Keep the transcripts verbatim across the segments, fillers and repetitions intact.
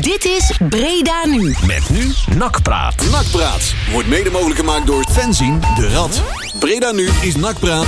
Dit is Breda Nu. Met nu Nakpraat. Nakpraat wordt mede mogelijk gemaakt door Fenzin de Rad. Breda Nu is Nakpraat.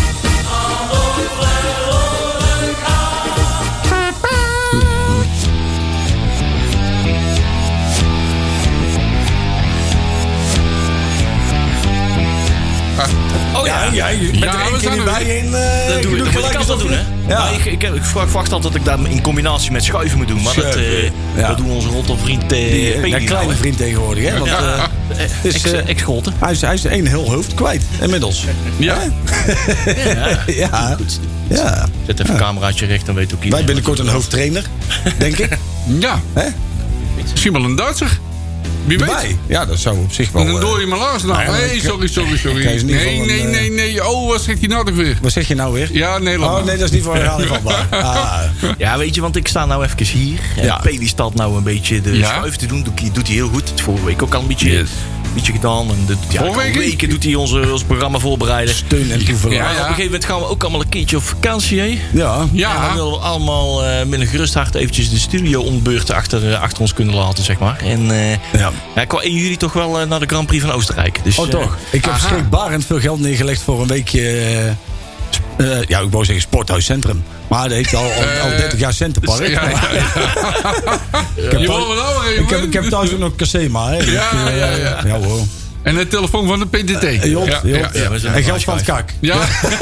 Oh ja, ja, je bent Ja, er één we keer zijn niet er bij weer. in. Uh, Dat doe ik. Dat moet ik altijd doen, hè? Ja. Maar ik, ik, ik verwacht altijd dat ik dat in combinatie met schuiven moet doen. Maar dat, Schuiven, uh, ja. dat doen onze rottelvriend uh, Die, Peli ja, nou, kleine hè. vriend tegenwoordig, hè? Want, Ja. uh, het is, Ex- uh, Ex-Scholten. hij, is, hij is één heel hoofd kwijt, inmiddels. Ja. Ja. Ja, ja. Zet even een cameraatje recht, dan weet ook iedereen. Wij binnenkort een hoofdtrainer, denk ik. Ja. Hè? Misschien wel een Duitser. Wie weet. Bij. Ja, dat zou op zich wel... En dan uh, door je maar laatst nou. ja, Nee, ik- sorry, sorry, sorry. Kijk, is in ieder Nee, geval nee, een, nee, nee. Oh, wat zegt hij nou toch weer? Wat zeg je nou weer? Ja, Nederland. Oh nee, dat is niet voor herhaling vatbaar. Ah, Ja, weet je, want ik sta nou even hier. En Ja. Peli staat nou een beetje de Ja. schuif te doen. Doet hij, doet hij heel goed. Het vorige week ook al een beetje, Yes. een beetje gedaan. En de, ja, Vorige al week? weken doet hij onze, ons programma voorbereiden. steun en toeverlaat. Ja, Maar op een gegeven moment gaan we ook allemaal een keertje op vakantie, hè? Ja. En dan Ja. willen we allemaal uh, met een gerust hart eventjes de studio ombeurt achter, uh, achter ons kunnen laten, zeg maar. En uh, Ja. ja, ik wou één juli toch wel uh, naar de Grand Prix van Oostenrijk. Dus, Oh, toch? Ik heb Aha. schrikbarend veel geld neergelegd voor een weekje... uh, sp- uh, ja, ik wou zeggen Sporthuiscentrum. Maar dat heet al, al, al dertig jaar Centerpark. Ja, ja, ja. Ik heb Je thuis- wordt wel ouder, hè, Ik heb, jongen. ik heb thuis ook nog Casema, hè. Ja, Ik, uh, ja, ja. Ja, hoor. En de telefoon van de P T T. Hey, Job, Ja, Job. ja, ja. we zijn En er geld van het vijf. kak. Ja.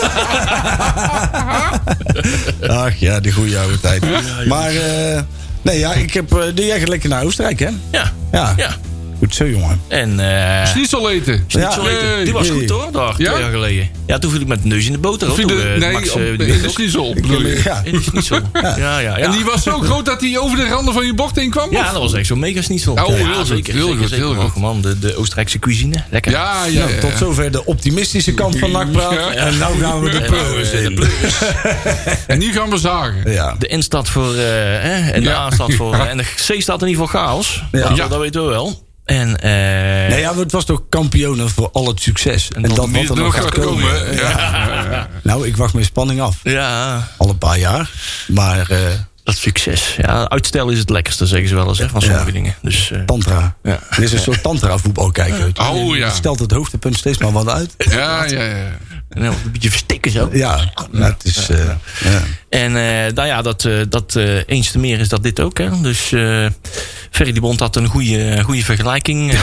Ach ja, de goede oude tijd. Maar, uh, nee, ja, ik heb... Uh, jij gaat lekker naar Oostenrijk, hè? Ja, Ja. ja. Goed zo, jongen. En uh, Schnitzel eten. Schnitzel Ja. eten. Die was Nee. goed hoor, daar, Ja? twee jaar geleden. Ja, toen viel ik met de neus in de boter. hoor. Vind Toen, je- uh, nee, Max, op, uh, die in weet de ook. schnitzel bedoel je. Ja. In de schnitzel. Ja, ja, ja. En die was zo groot dat hij over de randen van je bord heen kwam? Ja, dat was echt zo'n mega schnitzel. Oh, ja, heel goed, zeker, heel zeker, goed, zeker. heel Och, goed. man, de, de Oostenrijkse cuisine. Lekker. Ja, ja, Nou, ja. tot zover de optimistische kant van Nakpraat. Ja. En nou gaan we de En nou pleuris is het de in. pleuris. En nu gaan we zagen. Ja. De N staat voor... Uh, hè, en de Ja. A staat voor... uh, en de C staat in ieder geval chaos. Ja. Dat, Ja. dat weten we wel. En... Uh, Nee, ja, maar het was toch kampioenen voor al het succes. En, dat wat Wie er nog gaat komen. hè? Ja. Ja, ja. Nou, ik wacht met spanning af. ja, Al een paar jaar. Maar uh, dat succes. Ja, uitstel is het lekkerste, zeggen ze wel eens, hè, van sommige Ja. dingen. Dus, uh, tantra. Ja. Dit is een soort tantra voetbal kijken. Oh, ja. Je stelt het hoogtepunt steeds maar wat uit. Ja, ja, ja. en dan een beetje verstikken zo. Ja, nou, het is... Uh, ja. En uh, nou ja, dat, uh, dat uh, eens te meer is dat dit ook. Hè. Dus uh, Ferry de Bond had een goede, goede vergelijking.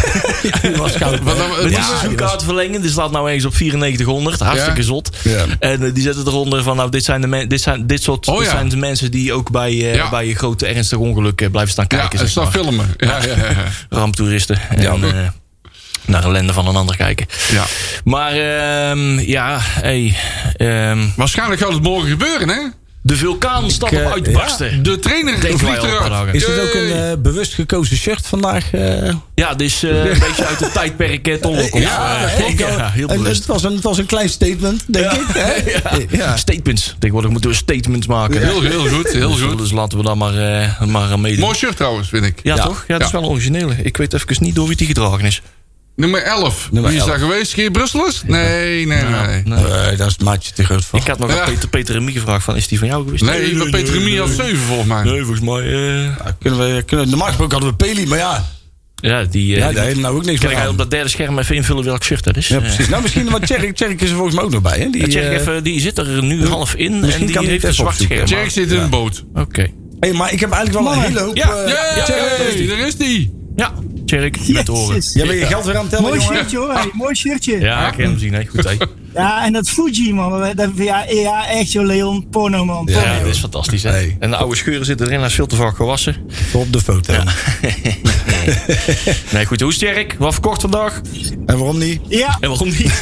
Die was koud. Wat dan- Met die ja, seizoenkaart verlengen. Die staat nou ergens op vierennegentighonderd. Hartstikke Ja. zot. Ja. En uh, die zetten eronder van, nou, dit zijn, de men, dit zijn, dit soort, Oh, dit ja. zijn de mensen die ook bij, uh, Ja. bij grote ernstige ongelukken blijven staan Ja, kijken. en zeg staan maar. filmen. Ja, ja, ja. Ramptoeristen. Ja, en, goed. uh, naar ellende van een ander kijken. Ja. Maar um, ja, hey, um, Waarschijnlijk gaat het morgen gebeuren, hè? de vulkaan staat Ik, uh, op uitbarsten. De trainer Denken wij vliegt al een paar eruit. dagen. Is dit ook een Yay. uh, bewust gekozen shirt vandaag? Uh, Ja, dus uh, een beetje uit het tijdperk uh, Tolk. Of, ja, uh, hè? ja, heel en bewust. het, was een, het was een klein statement, denk ik. Hè? Ja. Ja. Statements. Tegenwoordig moeten we statements maken. Heel, heel goed, heel dus, goed. dus laten we daar maar, uh, maar aan meedoen. Mooi shirt trouwens, vind ik. Ja, Ja. toch? Ja, dat is Ja. wel een originele. Ik weet even niet door wie die gedragen is. Nummer elf. Nummer Wie is elf. daar geweest? Geert Brusselers? Nee, nee, nee. Nee. Uh, daar is het maatje te groot voor. Ik had nog Ja. aan Peter, Peter Remy gevraagd van, is die van jou geweest? Nee, maar Peter Remy had zeven volgens mij. Nee, volgens mij... Uh, Ja, kunnen we, kunnen, normaal gesproken hadden we Peli, maar ja, ja, die... Uh, ja die daar heeft nou ook niks kan meer ik aan. op dat derde scherm even invullen welk shirt dat is. Ja, precies. Nou, misschien, want Tjerk, Tjerk is er volgens mij ook nog bij. Hè? Die, Ja, check eh, even, die zit er nu half in misschien en die kan hij heeft het een even zwart opzoeken. scherm. Jack zit in een boot. Oké. hey, maar ik heb eigenlijk wel een hele hoop... Ja, eh, Ja, Tjerk, daar is die. Ja, Tjerk, met oren. Jezus. jij bent je geld weer aan het tellen, Mooi jongen? shirtje hoor, hey, mooi shirtje. Ja. Ja, ik heb hem zien. Hè. Goed, hè. en dat Fuji man, dat, ja, ja, echt joh Leon, porno man. Porno. Ja, dat is fantastisch. Hè. Hey. En de oude scheuren zitten erin, hij is veel te vaak gewassen. Op de foto. Nee, goed, hoe is het, Tjerk? Wat verkocht vandaag? En waarom niet? Ja, En waarom niet?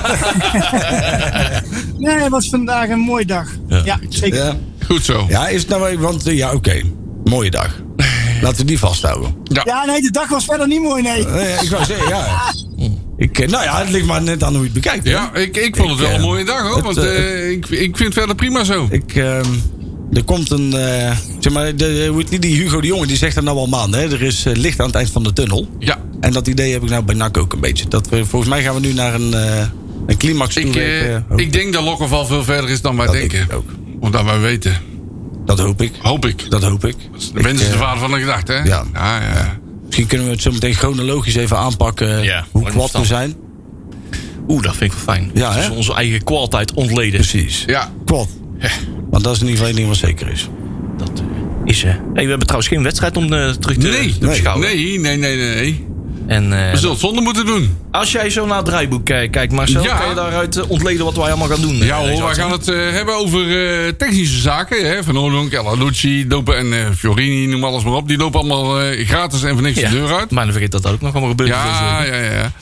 nee, het was vandaag een mooie dag. Ja. Ja, zeker. Ja, Goed zo. ja is het nou... wel- Want, eh, ja, oké. Mooie dag. Laten we die vasthouden. Ja, nee, de dag was verder niet mooi, nee. Eh, ik wou zeggen, ja. Ik, eh, nou ja, het ligt maar net aan hoe je het bekijkt. hè. Ja, ik, ik vond het Ik, wel een eh, mooie dag hoor. het, Want eh, eh, ik, ik vind het verder prima zo. Ik, ehm, er komt een... eh, zeg maar, de, hoe heet die, die Hugo de Jonge, die zegt er nou al maanden. Hè, er is eh, licht aan het eind van de tunnel. Ja. En dat idee heb ik nou bij N A C ook een beetje. Dat we, volgens mij gaan we nu naar een, uh, een climax toe. Ik, eh, werken. Oh, ik denk dat Lokkerval veel verder is dan wij dat denken. denk ik ook. Omdat wij weten. Dat hoop ik. Hoop ik. Dat hoop ik. De mens is Ik, de eh, vader van de gedachte, hè? Ja. Ja, ja. Misschien kunnen we het zo meteen chronologisch even aanpakken. Ja, hoe mooi kwad we verstand. zijn. Oeh, dat vind ik wel fijn. Ja, dus hè? onze eigen kwaliteit ontleden. Precies. Ja. Kwad. Want dat is in ieder geval één ding wat zeker is. Dat eh, is... eh hey, we hebben trouwens geen wedstrijd om eh, terug te, Nee, te beschouwen. nee, nee, nee, nee, nee. En, eh, We zullen het zonder moeten doen. als jij zo naar het draaiboek kijkt, kijk Marcel, Ja. kan je daaruit eh, ontleden wat wij allemaal gaan doen? Ja eh, hoor, deze we gaan uitzending? het uh, hebben over uh, technische zaken. Hè? Van Oordonk, Ella Lucci, Dopen en uh, Fiorini, noem alles maar op. Die lopen allemaal uh, gratis en voor niks Ja. de deur uit. Maar dan vergeet dat dat ook nog allemaal gebeurt. Ja, ja, ja.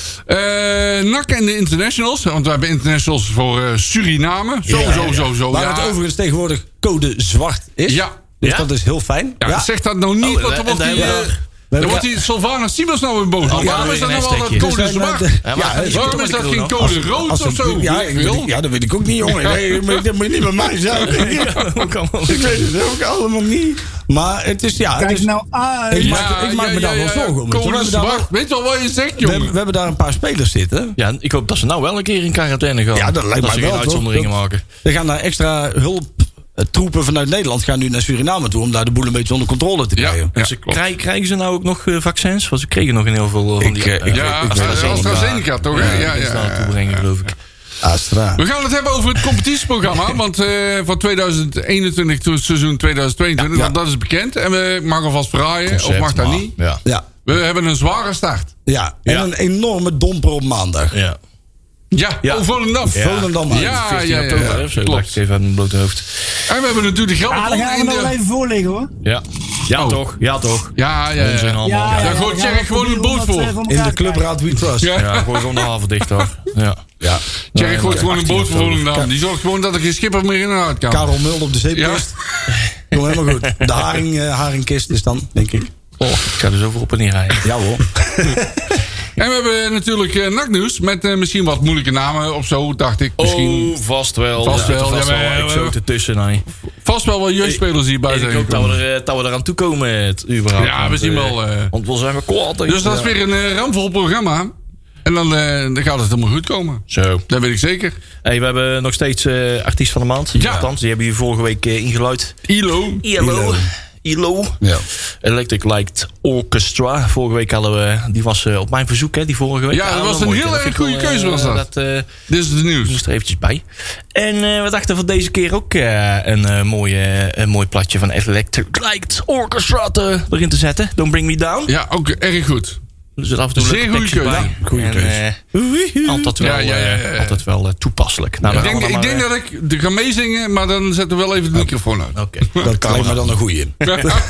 Uh, N A C en de internationals. Want we hebben internationals voor uh, Suriname. Zo, Ja, zo, ja. zo, zo. Waar ja. het overigens tegenwoordig code zwart is. Ja. Dus Ja? dat is heel fijn. Ja, zeg dat nou niet, Oh, want dan en wordt daar die... hebben we uh, nog- We dan hebben- wordt die Sylvana Siebels nou weer boos. Oh, Waarom ja, is dat weer nou een altijd hashtagje. code Dus dan, zwart? uh, Ja, maar ja, gaat die Waarom met is de dat geen corona? code rood Als of een- zo? Ja, Ik ik wil. weet, ja, dat weet ik ook niet, jongen. Nee, maar dat moet je niet met mij zijn. Ik weet het ook allemaal niet. Maar het is, ja... Het Kijk is, nou uit. ik maak, ik maak me daar wel zorgen om. We Code hebben, daar wel- zwart. Weet je wel wat je zegt, we, jongen? hebben, we hebben daar een paar spelers zitten. Ja, ik hoop dat ze nou wel een keer in quarantaine gaan. Ja, dat lijkt mij ze wel, geen toch? uitzonderingen Dat- maken. Er gaan daar extra hulptroepen vanuit Nederland gaan nu naar Suriname toe... om daar de boel een beetje onder controle te Ja, krijgen. ja, Ze klopt. krijgen, krijgen ze nou ook nog eh, vaccins? Want ze kregen nog in heel veel van Ik, die... eh, ik- Ja, ik- ik- Astra- AstraZeneca toch, hè? Ja, dat is ja, daar ja, naartoe brengen, geloof ik. Astra. We gaan het hebben over het competitieprogramma. Want uh, van tweeduizend eenentwintig tot seizoen tweeduizend tweeëntwintig, Ja. want dat is bekend. En we mag alvast fraaien, of Concept, mag dat maar- niet. Ja. Ja. We hebben een zware start. Ja, en Ja. een enorme domper op maandag. Ja. Ja, Ja. oh, Volendam. Ja. Volendam uit. Ja, vijftien ja, ja, oktober, ja, hè, of zo, klopt. dacht ik even uit mijn blote hoofd. En we hebben natuurlijk Ja, dan Gelderland gaan we in nog wel de... even voorleggen hoor. Ja. Ja Oh. toch, ja toch. Ja, ja, Onzin ja. allemaal. Ja, Ja, Dan gooit Tjerk gewoon een boot voor. In de clubraad We Trust. Ja. ja gooi gewoon de haven dicht hoor. Ja. Ja. Tjerk gooit gewoon een achttien boot voor oktober. Volendam. Die zorgt gewoon dat er geen schipper meer in en uit kan. Karel Mulder op de zeepkist. Kom helemaal goed. De haring, eh, haringkist is dan, denk ik. Oh, ik ga er zo voor op en neer rijden. Ja hoor. En we hebben natuurlijk uh, N A C-nieuws. Met uh, misschien wat moeilijke namen of zo, dacht ik. Misschien Oh, vast wel. Vast Ja, wel, vast ja, wel maar- exoten tussen. Nee. vast wel wat jeugdspelers hierbij Ik zijn hoop dat we, gekomen. er, eh, dat we eraan toekomen. Het, überhaupt. Ja, we Want, zien eh, wel, eh, Want we zijn we kwaad. Dus dat is weer een uh, ramvol programma. En dan, uh, dan gaat het helemaal goed komen. Zo. Dat weet ik zeker. Hey, we hebben nog steeds uh, artiest van de maand. Ja. Althans, die hebben hier vorige week uh, ingeluid. I L O. I L O. I L O. Ja. Electric Light Orchestra. Vorige week hadden we... Die was uh, op mijn verzoek, hè, die vorige week. Ja, dat was een mooi. heel Dat erg vind ik goede wel, keuze, uh, was dat. Dat uh, Dit is het nieuws. moest er eventjes bij. En uh, we dachten voor deze keer ook uh, een, uh, mooie, een mooi platje van Electric Light Orchestra te, erin te zetten. Don't Bring Me Down. Ja, ook erg goed. Er zit af en toe Zeer leuke goede tekstjes keuze. bij. Ja, goede En, keuze. uh, altijd wel, Ja, ja, ja, ja. uh, altijd wel uh, toepasselijk. Nou, Ik dan denk, gaan we ik dan denk maar, dat ik er ga meezingen, maar dan zetten we wel even de microfoon uit. uh, Oké. Dat lijkt me dan een goeie in.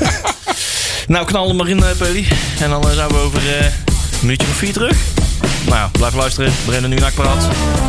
Nou, knal hem maar in, uh, Peli. En dan uh, zijn we over uh, een minuutje of vier terug. Nou, blijf luisteren. Brendan nu naar Praat.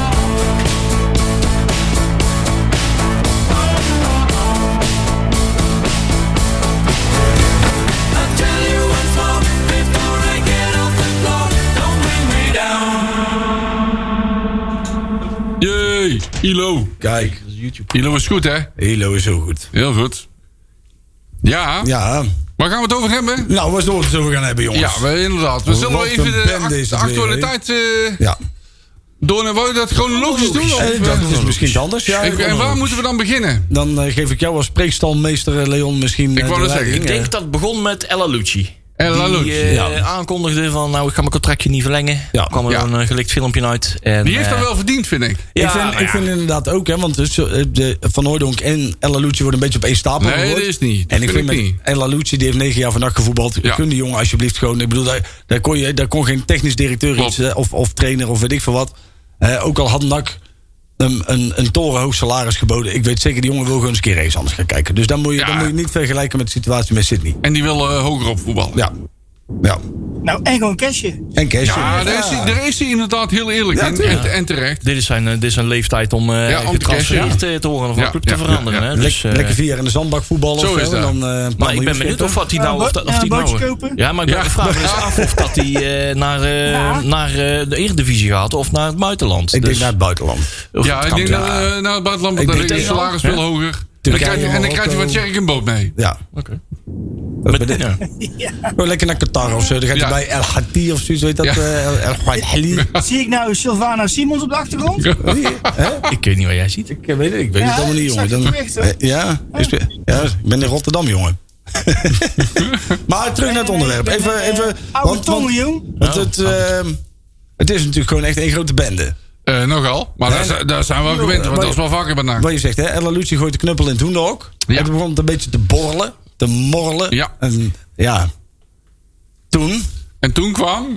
Jee, I L O. Kijk, I L O is goed, hè? Hilo is zo goed. Heel goed. Ja, Ja, waar gaan we het over hebben? nou, waar zullen we het over gaan hebben, jongens? Ja, we, inderdaad. We Wat zullen wel een even de, band act- is de het weer, actualiteit uh, Ja. door. Wou je dat chronologisch doen? Of, Eh, dat is misschien iets anders. Ja, Ik- en waar moeten we dan beginnen? Dan eh, geef ik jou als spreekstalmeester, eh, Leon, misschien. Ik eh, wou de dat zeggen. leiding, Ik eh. denk dat het begon met Ella Lucci. Ella Die Lucci, uh, ja. aankondigde van, nou, ik ga mijn contractje niet verlengen. Ja. Er kwam er Ja. een uh, gelikt filmpje uit. En, Die heeft dat uh, wel verdiend, vind ik. Ja, ik vind, nou ik ja. vind inderdaad ook, hè, want dus, eh, de, Van Hooijdonk en Ella Lucci worden een beetje op één stapel Nee, gegooid. dat is niet. Dat En ik vind vind ik met niet. Ella Lucci, die heeft negen jaar vannacht gevoetbald. Ja. Kun die jongen alsjeblieft gewoon... Ik bedoel, daar, daar, kon, je, daar kon geen technisch directeur Klopt. iets, eh, of, of trainer of weet ik veel wat. Eh, ook al had N A C een, een, een torenhoog salaris geboden. Ik weet zeker, die jongen wil gewoon eens een keer ergens anders gaan kijken. Dus dan moet je, Ja. dan moet je niet vergelijken met de situatie met Sydney. En die wil uh, hoger op voetballen. Ja. Ja. Nou, en gewoon cashje. En Cash. Ja, daar is, hij, daar is hij inderdaad heel eerlijk Ja, in. tuurlijk. En, en terecht. Dit is zijn, uh, dit is zijn leeftijd om, uh, Ja, om te getransfereerd cashen, uh, te worden of van Ja, club ja, te veranderen. ja, ja. Hè? Dus, Lek- uh, lekker vier jaar in de zandbak voetballen Zo of is zo. En dat. dan, eh, een paar maar ik miljoen ben benieuwd schieten. of wat hij Ja, nou... een Of, bo- dat- of ja, die een nou bootje kopen. ja, maar ik, Ja. ik vraag me eens af of dat hij uh, naar, uh, Ja. naar uh, de Eredivisie gaat of naar het buitenland. Ik Dus- denk naar het buitenland. of Ja, het ik kan denk wel. dat uh, naar het buitenland, Ik want dan denk ligt je tegen salaris al, veel hè? hoger. En dan Turkije, krijg je- en dan krijg je van Marokko. Tjerk een boot mee. Ja. Oké. Met, Bij de- ja. Gewoon lekker naar Qatar of zo. Dan gaat Ja. hij bij El Hati of zoiets. Weet dat? Ja. eh, El Hali. Zie ik nou Sylvana Simons op de achtergrond? Ik weet niet wat jij ziet. Ik weet het, ik weet Ja, het allemaal niet, zag jongen. je Dan, bericht, hoor. eh, ja, is, ja, ik ben in Rotterdam, jongen. Maar terug naar het onderwerp. Even, even, Oude want, tongen, want, jong. want het, ehm, het is natuurlijk gewoon echt een grote bende. Eh, nogal. Maar Nee, daar, daar zijn we wel gewend. Want dat is wel vaker bij N A C. Wat je zegt, hè? El Alouci gooit de knuppel in het hoenderhok. Ja. En toen begon het een beetje te borrelen, te morrelen. Ja. En ja, toen... En toen kwam...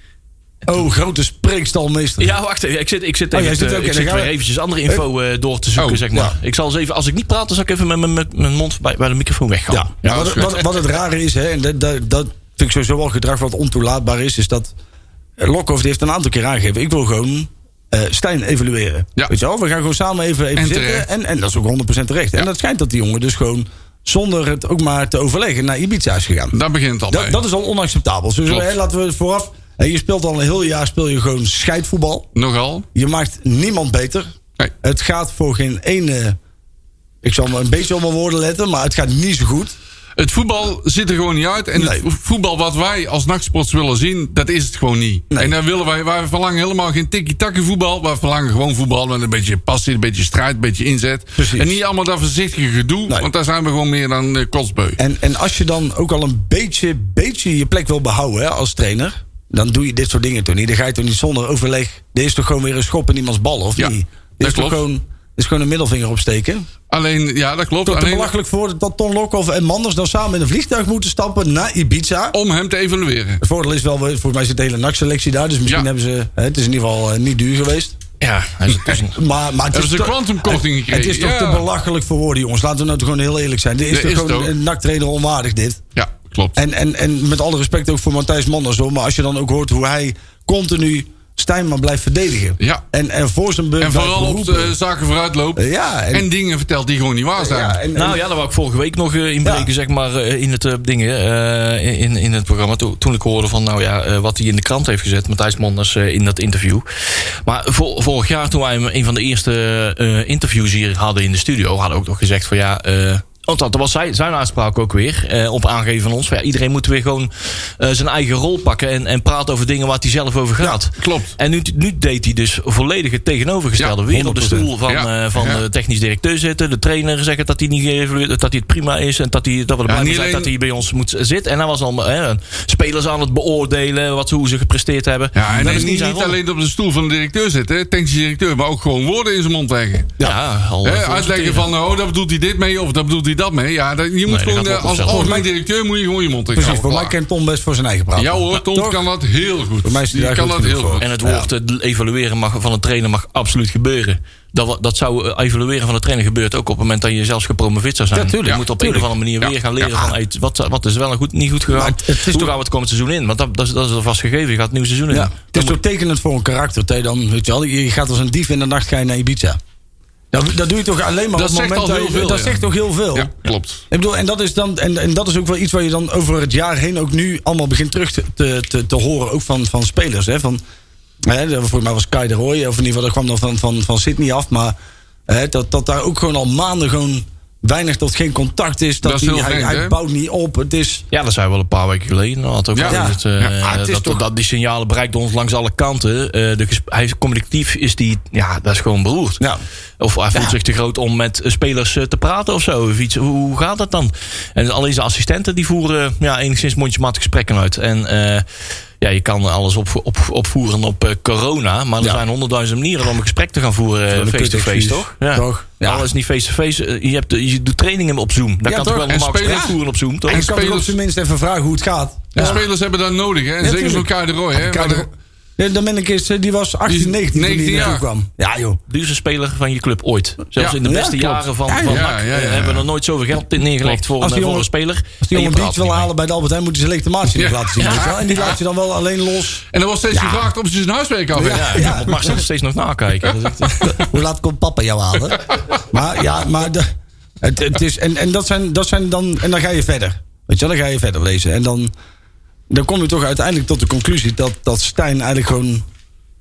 Oh, grote spreekstalmeester. Ja, wacht even. Ik zit, ik zit, Oh, even jij zit te- ook ik in, zit dan gaan weer we- eventjes andere info eh, door te zoeken, Oh, zeg maar. ja. Ik zal eens even, als ik niet praat, dan zal ik even met mijn- met mijn mond bij, bij de microfoon weggaan. Ja, Ja, wat, dat is wat, goed. wat het rare is, hè, en dat, dat, dat vind ik sowieso wel gedrag wat ontoelaatbaar is, is dat Lokhoff die heeft een aantal keer aangegeven, ik wil gewoon eh Stijn evalueren. Ja. Weet je wel, we gaan gewoon samen even, even En zitten. terecht. En, en dat is ook honderd procent terecht. Ja. En dat schijnt dat die jongen dus gewoon, zonder het ook maar te overleggen, naar Ibiza is gegaan. Daar begint het al Dat, mee. dat is al onacceptabel. Dus Klopt. hè, laten we het vooraf. Hè, je speelt al een heel jaar speel je gewoon scheidvoetbal. Nogal. Je maakt niemand beter. Nee. Het gaat voor geen ene. Ik zal maar een beetje op mijn woorden letten, maar het gaat niet zo goed. Het voetbal zit er gewoon niet uit. En Nee. het voetbal wat wij als nachtsports willen zien, dat is het gewoon niet. Nee. En dan willen wij, wij verlangen helemaal geen tikkie-takkie voetbal. Wij verlangen gewoon voetbal met een beetje passie, een beetje strijd, een beetje inzet. Precies. En niet allemaal dat voorzichtige gedoe, Nee. want daar zijn we gewoon meer dan uh, kotsbeu. En, en als je dan ook al een beetje, beetje je plek wil behouden hè, als trainer, dan doe je dit soort dingen toch niet. Dan ga je toch niet zonder overleg. Dit is toch gewoon weer een schop in iemands bal, of Ja, niet? dat Dit is toch klopt. gewoon, dit is gewoon een middelvinger opsteken. Alleen, ja, dat klopt. Toch te Alleen belachelijk voor dat Ton Lokhoff en Manders dan samen in een vliegtuig moeten stappen naar Ibiza. om hem te evalueren. Het voordeel is wel, volgens mij zit de hele N A C-selectie daar. Dus misschien Ja. hebben ze. Hè, het is in ieder geval eh, niet duur geweest. Ja, hij zit tussen. Maar, maar het Hebben is ze toch- kwantumkorting het- gekregen? Het is toch Ja. te belachelijk voor woorden, jongens. Laten we nou toch gewoon heel eerlijk zijn. Dit is Dat toch is het gewoon ook. een N A C-trainer onwaardig, dit. Ja, klopt. En, en, en met alle respect ook voor Matthijs Manders, hoor. Maar als je dan ook hoort hoe hij continu Stijn maar blijft verdedigen. Ja. En, en voor zijn beurt En blijft vooral op beroepen. de zaken vooruit loopt. Ja, en- en, dingen vertelt die gewoon niet waar zijn. Ja, en, en- Nou ja, dat wou ik vorige week nog eh, inbreken, Ja. zeg maar, eh, in het eh, dingen, eh, in, in het programma. Toen, toen ik hoorde van, nou ja, eh, wat hij in de krant heeft gezet, Matthijs Manders, eh, in dat interview. Maar vor- vorig jaar, toen wij hem een van de eerste eh, interviews hier hadden in de studio, hadden we ook nog gezegd van ja. eh Want dat was zijn, zijn uitspraak ook weer. Eh, op aangeven van ons. Van, ja, iedereen moet weer gewoon eh, zijn eigen rol pakken. En, en praten over dingen waar hij zelf over gaat. Ja, klopt. En nu, nu deed hij dus volledig het tegenovergestelde. Ja, weer op de honderd procent. stoel van, Ja, eh, van ja. de technisch directeur zitten. De trainer zeggen dat hij, niet geëvalueerd, dat hij het prima is. En dat, hij, dat we er blij mee niet zijn alleen- dat hij bij ons moet zitten. En hij was al eh, spelers aan het beoordelen. Wat, hoe ze gepresteerd hebben. Ja, en dat niet, is niet zijn niet rol. alleen op de stoel van de directeur zitten, technisch directeur, maar ook gewoon woorden in zijn mond leggen. Ja, al, Hè, eh, uitleggen van, oh, daar bedoelt hij dit mee of daar bedoelt hij dat mee. Ja, dat, je moet dat gewoon, gaat eh, wel als vanzelf. algemeen directeur moet je gewoon je mond dicht precies, voor houden. mij kent Tom best voor zijn eigen praten. Ja hoor, Tom Toch? kan dat heel goed. Voor mij is hij Die daar kan goed dat genoeg heel voor. goed. En het woord het evalueren mag, van een trainer mag absoluut gebeuren. Dat, wa- dat zou eh, evalueren van een trainer gebeurt ook op het moment dat je zelfs gepromoveerd zou zijn. Ja, tuurlijk. je moet op Tuurlijk. een of andere manier Ja. weer gaan leren Ja. van hey, wat, wat is wel en goed, niet goed gegaan. Maar het- het is Hoe toch- gaan we het komend seizoen in? Want dat, dat, is, dat is alvast gegeven. Je gaat het nieuwe seizoen in. Ja, het is Dan toch moet- tekenend voor een karakter. Dat je dan, weet je wel, je gaat als een dief in de nacht ga je naar Ibiza. Dat, dat doe je toch alleen maar Dat op het zegt moment al dat je- heel veel, Dat ja. zegt toch heel veel. Ja, klopt. Ik bedoel, en dat is dan en, en dat is ook wel iets waar je dan over het jaar heen ook nu allemaal begint terug te, te, te, te horen, ook van, van spelers. Hè, van, hè, volgens mij was Kai de Roy, of in ieder geval dat kwam dan van, van, van Sydney af, maar hè, dat, dat daar ook gewoon al maanden gewoon weinig tot geen contact is. Dat, Dat is hij, heel hij, vreemd, hij hè? bouwt niet op. Het is. Ja, dat zijn we wel een paar weken geleden. Had ook Ja. al het, eh, Ja. Ah, het is dat, toch- dat die signalen bereikten ons langs alle kanten. Eh, de ges- hij, communicatief is die, ja, dat is gewoon beroerd. Ja. Of hij voelt Ja. zich te groot om met eh, spelers eh, te praten of zo. Of iets. Hoe gaat dat dan? En alleen zijn assistenten die voeren ja, enigszins mondjesmaat gesprekken uit. En eh, ja, je kan alles op, op, opvoeren op eh, corona. Maar er Ja. zijn honderdduizend manieren om een gesprek te gaan voeren Zo'n eh, face-to-face, kutexcuus. toch? Ja. Toch? Ja. Alles niet face-to-face. Eh, Je, hebt, je doet trainingen op Zoom. Dat Ja, kan toch? toch wel En normaal gesprek spelers- voeren op Zoom, toch? En je kan toch op spelers- zijn minst even vragen hoe het gaat. En spelers hebben dat nodig, hè? En Ja, zeker zo'n tuurlijk. Kai de Roy, hè? Kai de Maar Roy- Ja, dan ben ik eens, die was achttien, Die is negentien toen negentien die naartoe jaar. kwam. Ja, joh. Duurste speler van je club ooit. Zelfs Ja. in de Ja, beste klopt. jaren van, Ja, van ja, N A C ja, ja, ja. hebben we nog nooit zoveel geld in neergelegd voor, Als een, die voor jongen- een speler. Als die En je jongen een praat beach wil niet mee. halen bij de Albert Heijn, moet hij zijn legitimatie nog Ja. laten zien. Ja. weet je wel? En die laat je dan wel alleen los. En er wordt steeds gevraagd of ze zijn huiswerk af heeft. Ja, ja. Mag ze nog steeds nog nakijken. Dat is echt- Hoe laat komt papa jou halen? Maar ja, maar de, het, het is, en, en dat zijn, dat zijn dan, en dan ga je verder. Weet je wel, dan ga je verder lezen. En dan, dan kom je toch uiteindelijk tot de conclusie dat, dat Stijn eigenlijk gewoon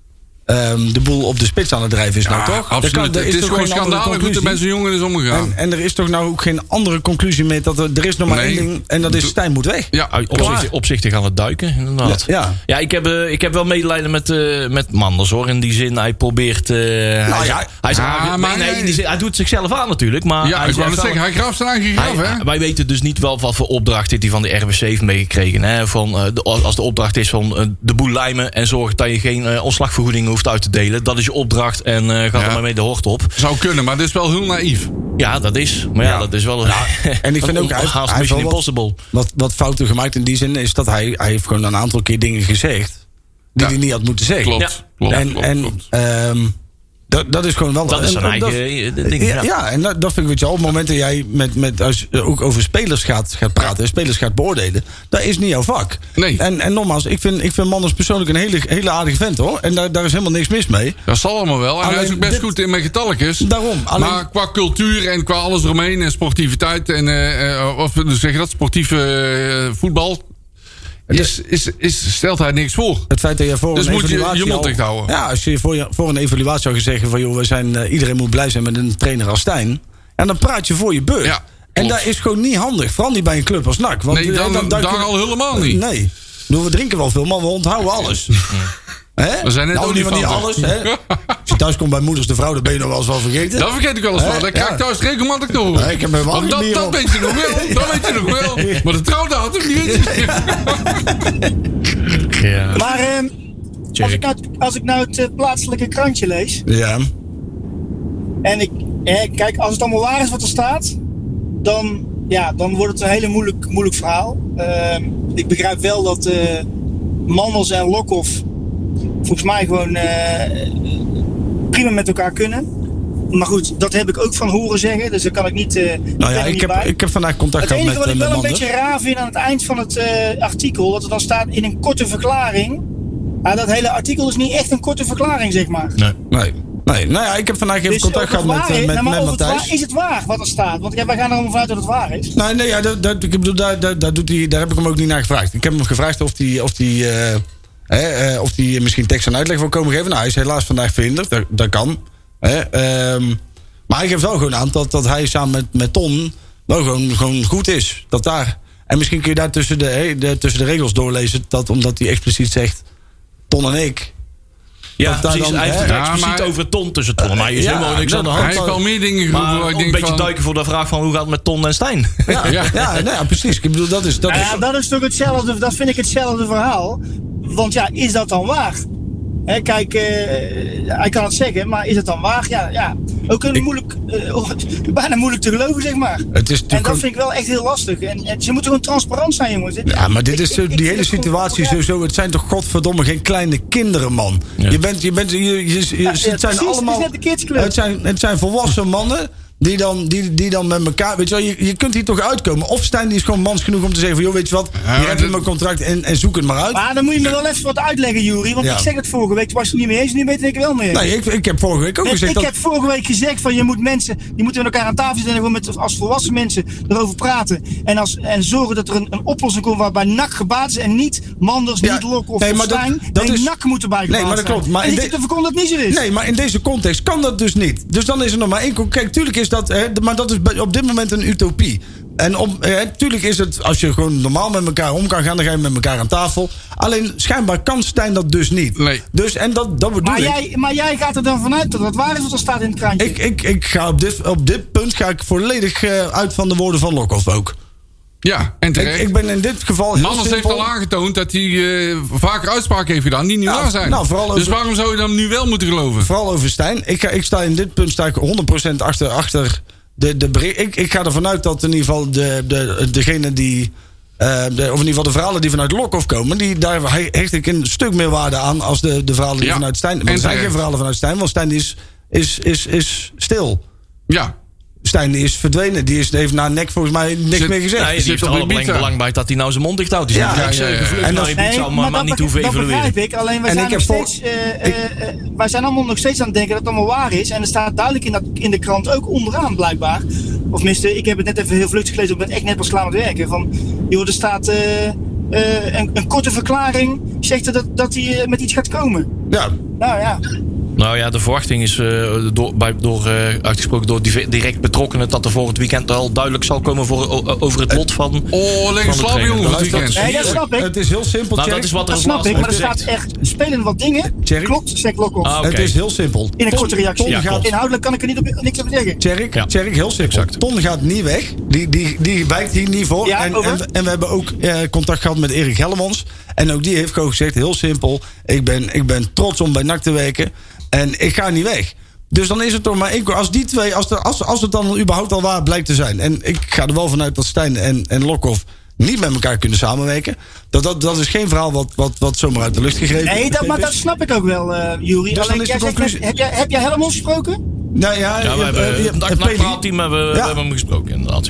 um, de boel op de spits aan het drijven is. Ja, nou toch? absoluut. Kan, het is, is gewoon schandalig hoe er met zijn jongen is omgegaan. En, en er is toch nou ook geen andere conclusie meer. Dat er, er is nog maar nee. één ding. En dat is Stijn moet weg. Ja, Opzichtig, opzichtig aan het duiken, inderdaad. Ja, ja. ja ik, heb, uh, ik heb wel medelijden met, uh, met Manders, hoor. In die zin, hij probeert... Uh, nou, hij, ja, hij, ja, nee, maar nee, hij, die zin, hij doet zichzelf aan natuurlijk. Maar ja, hij ik wou net wel, zeggen, hij graaft zijn eigen graf, hij, hè? Wij weten dus niet wel wat voor opdracht dit hij van de R B C heeft meegekregen. Hè? Van, uh, de, als de opdracht is van uh, de boel lijmen en zorgen dat je geen uh, ontslagvergoeding hoeft uit te delen. Dat is je opdracht en uh, gaat ja. er maar mee de hort op. Zou kunnen, maar dit is wel heel naïef. Ja, dat is. Maar ja, Ja. dat is wel... Ja, en ik vind ook, hij, haast hij heeft Mission wel Impossible. Wat, wat, wat fouten gemaakt in die zin is dat hij, hij heeft gewoon een aantal keer dingen gezegd die Ja. hij niet had moeten zeggen. Klopt, Ja. klopt, en klopt, en klopt. Um, dat, dat is gewoon wel... Dat is zijn en, eigen dat, uh, ding. Ja, Ja. ja, en dat, dat vind ik, weet je, op het moment dat jij met, met, als je ook over spelers gaat, gaat praten, en spelers gaat beoordelen, dat is niet jouw vak. Nee. En, en nogmaals, ik vind, ik vind Manders persoonlijk een hele, hele aardige vent, hoor. En daar, daar is helemaal niks mis mee. Dat zal allemaal wel. En hij is Alleen ook best dit- goed in met getalletjes. Daarom. Alleen, Maar qua cultuur en qua alles eromheen en sportiviteit en uh, uh, of hoe zeg je dat, sportieve uh, voetbal, is, is, is, stelt hij niks voor. het feit dat je voor Dus een moet je evaluatie je mond al- dicht houden. Ja, als je voor, je, voor een evaluatie had gezegd van, joh, we zijn, uh, iedereen moet blij zijn met een trainer als Stijn. En dan praat je voor je beurt. Ja, en klopt. dat is gewoon niet handig. Vooral niet bij een club als N A C. Want Nee, uh, dan, duik dan je- al helemaal niet. Nee. Ik bedoel, we drinken wel veel, maar we onthouden alles. Hè? We zijn net nou, niet, niet olifanten. alles. Hè? Als je thuis komt bij moeders de vrouw, dan ben je nog wel eens wel vergeten. Dat vergeet ik wel eens Hè? wel. Dat krijg Ja. ik thuis regelmatig te horen. Nee, ik heb mijn Want dat, bier dat op. weet je nog wel. Dat weet je nog wel. Maar de trouwdatum, die weet je. Ja. Maar ehm, als, ik Check. nou, als ik nou het eh, plaatselijke krantje lees. Ja. En ik, eh, kijk, als het allemaal waar is wat er staat. Dan, ja, dan wordt het een hele moeilijk, moeilijk verhaal. Ehm, ik begrijp wel dat eh Manders en Lokhoff volgens mij gewoon eh, prima met elkaar kunnen. Maar goed, dat heb ik ook van horen zeggen. Dus daar kan ik niet. eh, Nou ja, ben er ik niet heb, bij. ik heb vandaag contact Het gehad enige met, wat ik uh, wel met een Manders. beetje raar vind aan het eind van het eh, artikel, dat er dan staat in een korte verklaring. Ja, dat hele artikel is niet echt een korte verklaring, zeg maar. Nee. Nee. Nee, nou ja, ik heb vandaag even Dus contact of het gehad met, waar uh, is, met, nou, maar met of het Matthijs. waar, is het waar wat er staat? Want ja, wij gaan er allemaal vanuit dat het waar is. Nee, nee ja, dat, dat, ik bedoel, daar, daar, daar, doet hij, daar heb ik hem ook niet naar gevraagd. Ik heb hem gevraagd of hij of die, uh, eh, of die misschien tekst en uitleg wil komen geven. Nou, hij is helaas vandaag verhinderd. Dat, dat kan. Hè, um, maar hij geeft wel gewoon aan dat, dat hij samen met, met Ton wel gewoon, gewoon goed is. Dat daar. En misschien kun je daar tussen de, hè, de, tussen de regels doorlezen. Dat omdat hij expliciet zegt, Ton en ik. Ja, Dat daar precies. dan, Hij heeft hè? het Ja, expliciet maar- over Ton tussen Ton. Maar je is Ja, helemaal niks dat- aan de Hij hand. heeft wel meer dingen geroepen Maar waar ik ook een denk beetje van... duiken voor de vraag van hoe gaat het met Ton en Stijn? Ja, ja. Ja. ja, nou ja, precies. Ik bedoel, dat is... Dat Nou is ja, dat is toch hetzelfde, dat vind ik hetzelfde verhaal. Want ja, is dat dan waar? Hè, kijk, uh, hij kan het zeggen, maar is het dan waar? Ja, ja. Ook een Ik- moeilijk, uh, bijna moeilijk te geloven, zeg maar. Het is En natuurlijk dat gewoon- vind ik wel echt heel lastig. En, en ze moeten gewoon transparant zijn, jongens. Dit- Ja, maar dit ik- is zo, ik- ik die vind hele het gewoon- situatie ja. sowieso. Het zijn toch godverdomme geen kleine kinderen, man. Ja. Je bent, je bent, je, je, je- het zijn precies, het is allemaal. net de kidsclub. Het zijn, het zijn volwassen mannen. Die dan, die, die dan met elkaar. Weet je wel, je, je kunt hier toch uitkomen. Of Stijn die is gewoon mans genoeg om te zeggen: van, joh, weet je wat, maar hier heb je dit- mijn contract en, en zoek het maar uit. Maar dan moet je me wel even wat uitleggen, Jury. Want Ja. ik zeg het vorige week, toen was je het niet mee eens. Nu weet ik wel mee. Nee, ik, ik heb vorige week ook Ik, gezegd ik dat. heb vorige week gezegd van je moet mensen, die moeten met elkaar aan tafel zitten en gewoon met, als volwassen mensen erover praten. En, als, en zorgen dat er een, een oplossing komt waarbij N A C gebaat is en niet Manders, Ja, niet Lok of nee, maar dat- Stijn. dat nee, is- N A C moet erbij gebaat Nee, maar dat zijn. klopt, maar en in ik de- heb te voorkomen dat het niet zo is. Nee, maar in deze context kan dat dus niet. Dus dan is er nog maar één. con- Kijk, tuurlijk is dat. Hè, maar dat is bij- op dit moment een utopie. En op, hè, tuurlijk is het. Als je gewoon normaal met elkaar om kan gaan, dan ga je met elkaar aan tafel. Alleen schijnbaar kan Stijn dat dus niet. Nee. Dus, en dat, dat bedoel Maar ik. jij, maar jij gaat er dan vanuit dat het waar is wat er staat in het krantje. Ik, ik, ik ga op dit, op dit punt ga ik volledig uh, uit van de woorden van Lokhoff ook. Ja, en Ik, terecht. ik ben in dit geval heel Manders heeft simpel. al aangetoond dat hij uh, vaker uitspraken heeft gedaan die niet Nou, waar zijn. nou, vooral dus over- waarom zou je dan nu wel moeten geloven? Vooral over Stijn. Ik, ga, ik sta in dit punt sta ik honderd procent achter, achter de, de bericht. Ik, ik ga ervan uit dat in ieder geval de, de, degene die. Uh, de, of in ieder geval de verhalen die vanuit Lokhoff komen. Die, daar hecht ik een stuk meer waarde aan als de, de verhalen die Ja, vanuit Stijn. Want en er zijn terecht. geen verhalen vanuit Stijn. Want Stijn is, is, is, is stil. Ja, Stijn die is verdwenen. Die is, heeft na nek volgens mij niks Zit- meer gezegd. Nee, die zit heeft er op allemaal Ibiza. belang bij dat hij nou zijn mond dicht houdt. Die Ja, zegt, ja, ja, ja, ja. gevlucht En naar dat- Ibiza, maar, maar, dat niet beg- hoeven dat evalueren. begrijp ik. Alleen wij En zijn, ik nog heb voor- steeds, uh, uh, uh, wij zijn allemaal nog steeds aan het denken dat het allemaal waar is. En er staat duidelijk in, dat, in de krant ook onderaan blijkbaar. Of tenminste, ik heb het net even heel vluchtig gelezen. Ik ben echt net pas klaar met werken. Van, joh, er staat... Uh, uh, een, een korte verklaring zegt dat, dat hij uh, met iets gaat komen. Ja. Nou ja. Nou ja, de verwachting is uh, door, bij, door, uh, uitgesproken door direct betrokkenen dat er voor het weekend al duidelijk zal komen voor, o, over het lot van. Oh, lekker slaap jongen voor het weekend. Nee, dat snap ik. Het is heel simpel. Nou, dat is wat er dat snap ik, maar er staat echt spelen wat dingen. Tjerk? Klopt, zegt Lokhoff. Ah, okay. Het is heel simpel. In een Ton, korte reactie. Ton Ja, gaat, inhoudelijk kan ik er niet op, niks over zeggen. Tjerk, Ja. Tjerk, heel simpel. Exact. Ton gaat niet weg. Die, die, die wijkt hier niet voor. Ja, en, over? en, en we hebben ook eh, contact gehad met Erik Hellemans. En ook die heeft gewoon gezegd, heel simpel. Ik ben, ik ben trots om bij N A C te werken. En ik ga niet weg. Dus dan is het toch maar één keer. Als die twee, als, de, als, als het dan überhaupt al waar blijkt te zijn. En ik ga er wel vanuit dat Stijn en, en Lokhoff niet met elkaar kunnen samenwerken. Dat, dat, dat is geen verhaal wat, wat, wat zomaar uit de lucht gegrepen Nee, dat, maar dat snap ik ook wel, uh, Juri. Dus Alleen, dan is jij de zegt, conclusie- heb, jij, heb jij Hellemans gesproken? Nou ja, Ja, we uh, hebben uh, het uh, Peli- praatteam hebben, we Ja. hebben hem gesproken, inderdaad. Ja.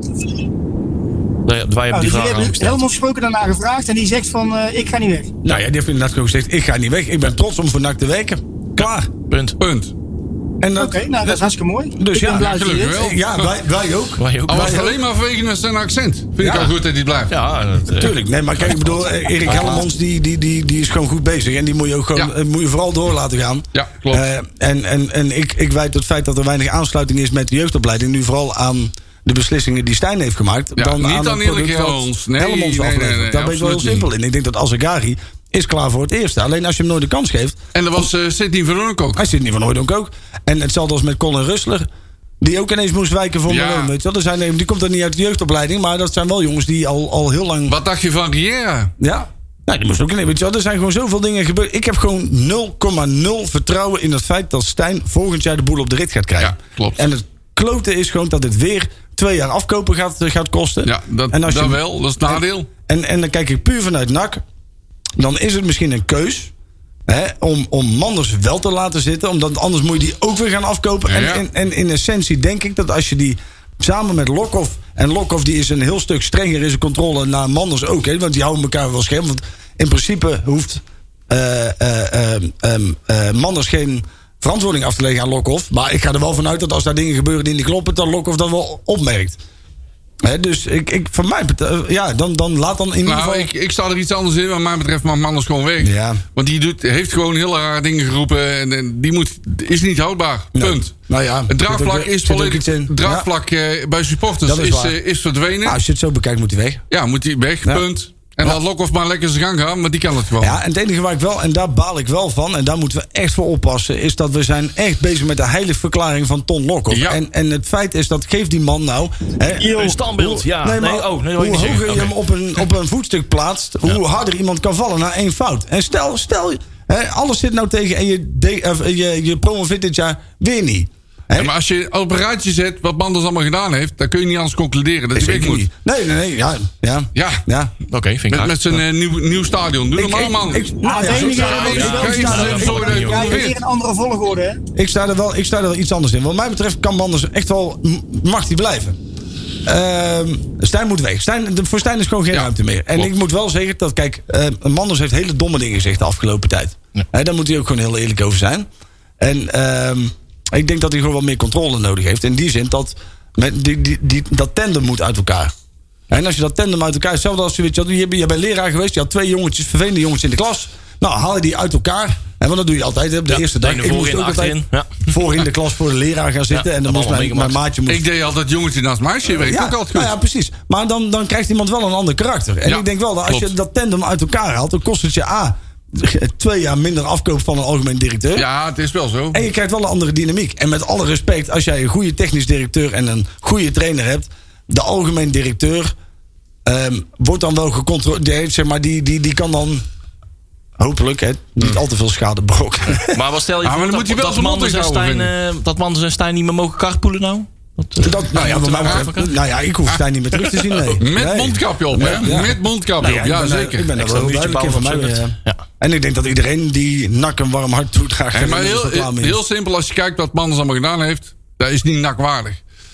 Wij, wij hebben Nou, die dus vraag jullie hebben aangesteld. Hellemans gesproken, daarna gevraagd. En die zegt van, uh, ik ga niet weg. Nou ja, die heeft inderdaad gewoon gezegd, ik ga niet weg. Ik ben trots om voor N A C te werken. Klaar. Punt. Punt. En dat, Oké, nou dat is hartstikke mooi. Dus ik ja, ben blij dat je gelukkig dit- wel. ja, wij, wij ook. Wij ook. Al was Wij het ook. alleen maar vanwege zijn accent. Vind Ja. ik al goed dat hij blijft. Ja, dat, uh, Tuurlijk, nee, maar kijk, ik bedoel, eh, Erik Hellemans die, die, die, die is gewoon goed bezig. En die moet je ook gewoon, Ja. eh, moet je vooral door laten gaan. Ja, klopt. Eh, en en, en ik, ik wijt het feit dat er weinig aansluiting is met de jeugdopleiding nu vooral aan de beslissingen die Stijn heeft gemaakt. Ja, dan niet aan aan het Erik product wat Hellemans. Nee, Hellemans nee, aflevert. nee, nee, Daar ben ik wel heel absoluut simpel in. Ik denk dat Azegari is klaar voor het eerste. Alleen als je hem nooit de kans geeft. En dat was uh, Sidney van Oornik ook. Hij zit niet van Hooydonk ook. En hetzelfde als met Colin Russler. Die ook ineens moest wijken voor Ja. Malone. Weet je wel. Er zijn, die komt er niet uit de jeugdopleiding. Maar dat zijn wel jongens die al, al heel lang... Wat dacht je van Riera? Ja. Nou, die moest ook in. Weet je wel. Er zijn gewoon zoveel dingen gebeurd. Ik heb gewoon nul komma nul vertrouwen in het feit dat Stijn volgend jaar de boel op de rit gaat krijgen. Ja, klopt. En het klote is gewoon dat het weer twee jaar afkopen gaat, gaat kosten. Ja, dat, en als dat je, wel. Dat is het nadeel. En, en dan kijk ik puur vanuit N A C. Dan is het misschien een keus. Hè, om, om Manders wel te laten zitten. Omdat anders moet je die ook weer gaan afkopen. Ja, en, ja. en, en in essentie denk ik dat als je die samen met Lokhoff. En Lokhoff die is een heel stuk strenger in zijn controle naar Manders ook. Hè, want die houden elkaar wel scherp. Want in principe hoeft uh, uh, uh, um, uh, Manders geen verantwoording af te leggen aan Lokhoff. Maar ik ga er wel vanuit dat als daar dingen gebeuren die niet kloppen, dat Lokhoff dat wel opmerkt. Hè, dus ik, ik, van mij, bet- ja, dan, dan laat dan in ieder Nou, geval... ik, ik sta er iets anders in. Wat mij betreft mag Manders gewoon weg. Ja. Want die doet, heeft gewoon heel rare dingen geroepen. En, en die moet, is niet houdbaar. Nee. Punt. Nou ja, Het zit draagvlak ook- is zit ook volledig... iets in. Het draagvlak eh, bij supporters Dat is is, waar. eh, is verdwenen. Nou, als je het zo bekijkt, moet hij weg. Ja, moet hij weg. Ja. Punt. En Ja. laat Lokhoff maar lekker zijn gang gaan. Maar die kan het gewoon. Ja, en het enige waar ik wel, en daar baal ik wel van, en daar moeten we echt voor oppassen, is dat we zijn echt bezig met de heilige verklaring van Ton Lokhoff. Ja. En, en het feit is dat geeft die man nou. Hè, Een standbeeld, ja. Nee, maar Nee, oh, nee, dat wil hoe ik niet hoger zeggen. je hem Oké. op een, op een voetstuk plaatst, hoe harder iemand kan vallen na één fout. En stel, stel hè, alles zit nou tegen en je, de, of, je, je promoveert dit jaar weer niet. Hè? Ja, maar als je op een rijtje zet wat Manders allemaal gedaan heeft, dan kun je niet anders concluderen dat hij weg Zeker moet. niet. Nee, nee, nee. Ja, ja. Ja. ja. Oké, vind ik Met, graag. met zijn eh, nieuw, nieuw stadion. Doe Ik- normaal, ik- man. ik- Nou, nou ja, het enige ja, wat ik ja, wel ja, sta- ja, ik- zo dat je ja, je probeert. weer een andere volgorde, hè? Ik sta er wel, ik sta er wel iets anders in. Wat mij betreft kan Manders echt wel, m- mag hij blijven. Ehm, Stijn moet weg. Stijn, de- voor Stijn is gewoon geen Ja, ruimte meer. En klopt. ik moet wel zeggen dat, kijk, eh, Manders heeft hele domme dingen gezegd de afgelopen tijd. Ja. Hè, daar moet hij ook gewoon heel eerlijk over zijn. En ehm, ik denk dat hij gewoon wat meer controle nodig heeft. In die zin dat met die, die, die, dat tandem moet uit elkaar. En als je dat tandem uit elkaar... Hetzelfde als je, weet je, wel, je bent- je bent leraar geweest. Je had twee jongetjes, vervelende jongetjes in de klas. Nou, haal je die uit elkaar. En want dat doe je altijd hè, op de Ja, eerste de dag. ene Ik moest voorin, ook altijd achterin, ja. voor in de klas voor de leraar gaan zitten. Ja, en dan dat moest allemaal mijn, mijn meegemaakt. maatje... Moest, Ik deed altijd jongetje naast meisje. Werkt ook altijd goed. nou ja, precies. Maar dan, dan krijgt iemand wel een ander karakter. En Ja, ik denk wel dat als klopt. je dat tandem uit elkaar haalt... dan kost het je A, twee jaar minder afkoop van een algemeen directeur. Ja, het is wel zo. En je krijgt wel een andere dynamiek. En met alle respect, als jij een goede technisch directeur... en een goede trainer hebt... de algemeen directeur ehm, wordt dan wel gecontroleerd. Zeg maar, die, die, die kan dan... hopelijk hè, niet al te veel schade berokkenen. Maar wat stel je Ah, maar voor dan dat, moet hij wel dat zijn mond Manders en inhouden, Stijn, eh, dat Manders en Stijn niet meer mogen carpoolen nou? Dat, eh, Dat, nou, ja, moet wat er mij nou betreft- even- nou ja, ik hoef Stijn niet meer terug te zien. Nee. Met Nee. mondkapje op, hè? Ja. Met mondkapje Nou ja, op. ik Ja, ben daar- zeker. Ik ben daar Extra wel heel muurtje duidelijk in van bouwen mij. of zo, eh. ja. En ik denk dat iedereen die N A C een warm hart doet graag Hey, maar er heel, klaar mee is. heel simpel, als je kijkt wat Manders allemaal gedaan heeft, dat is niet nakwaardig.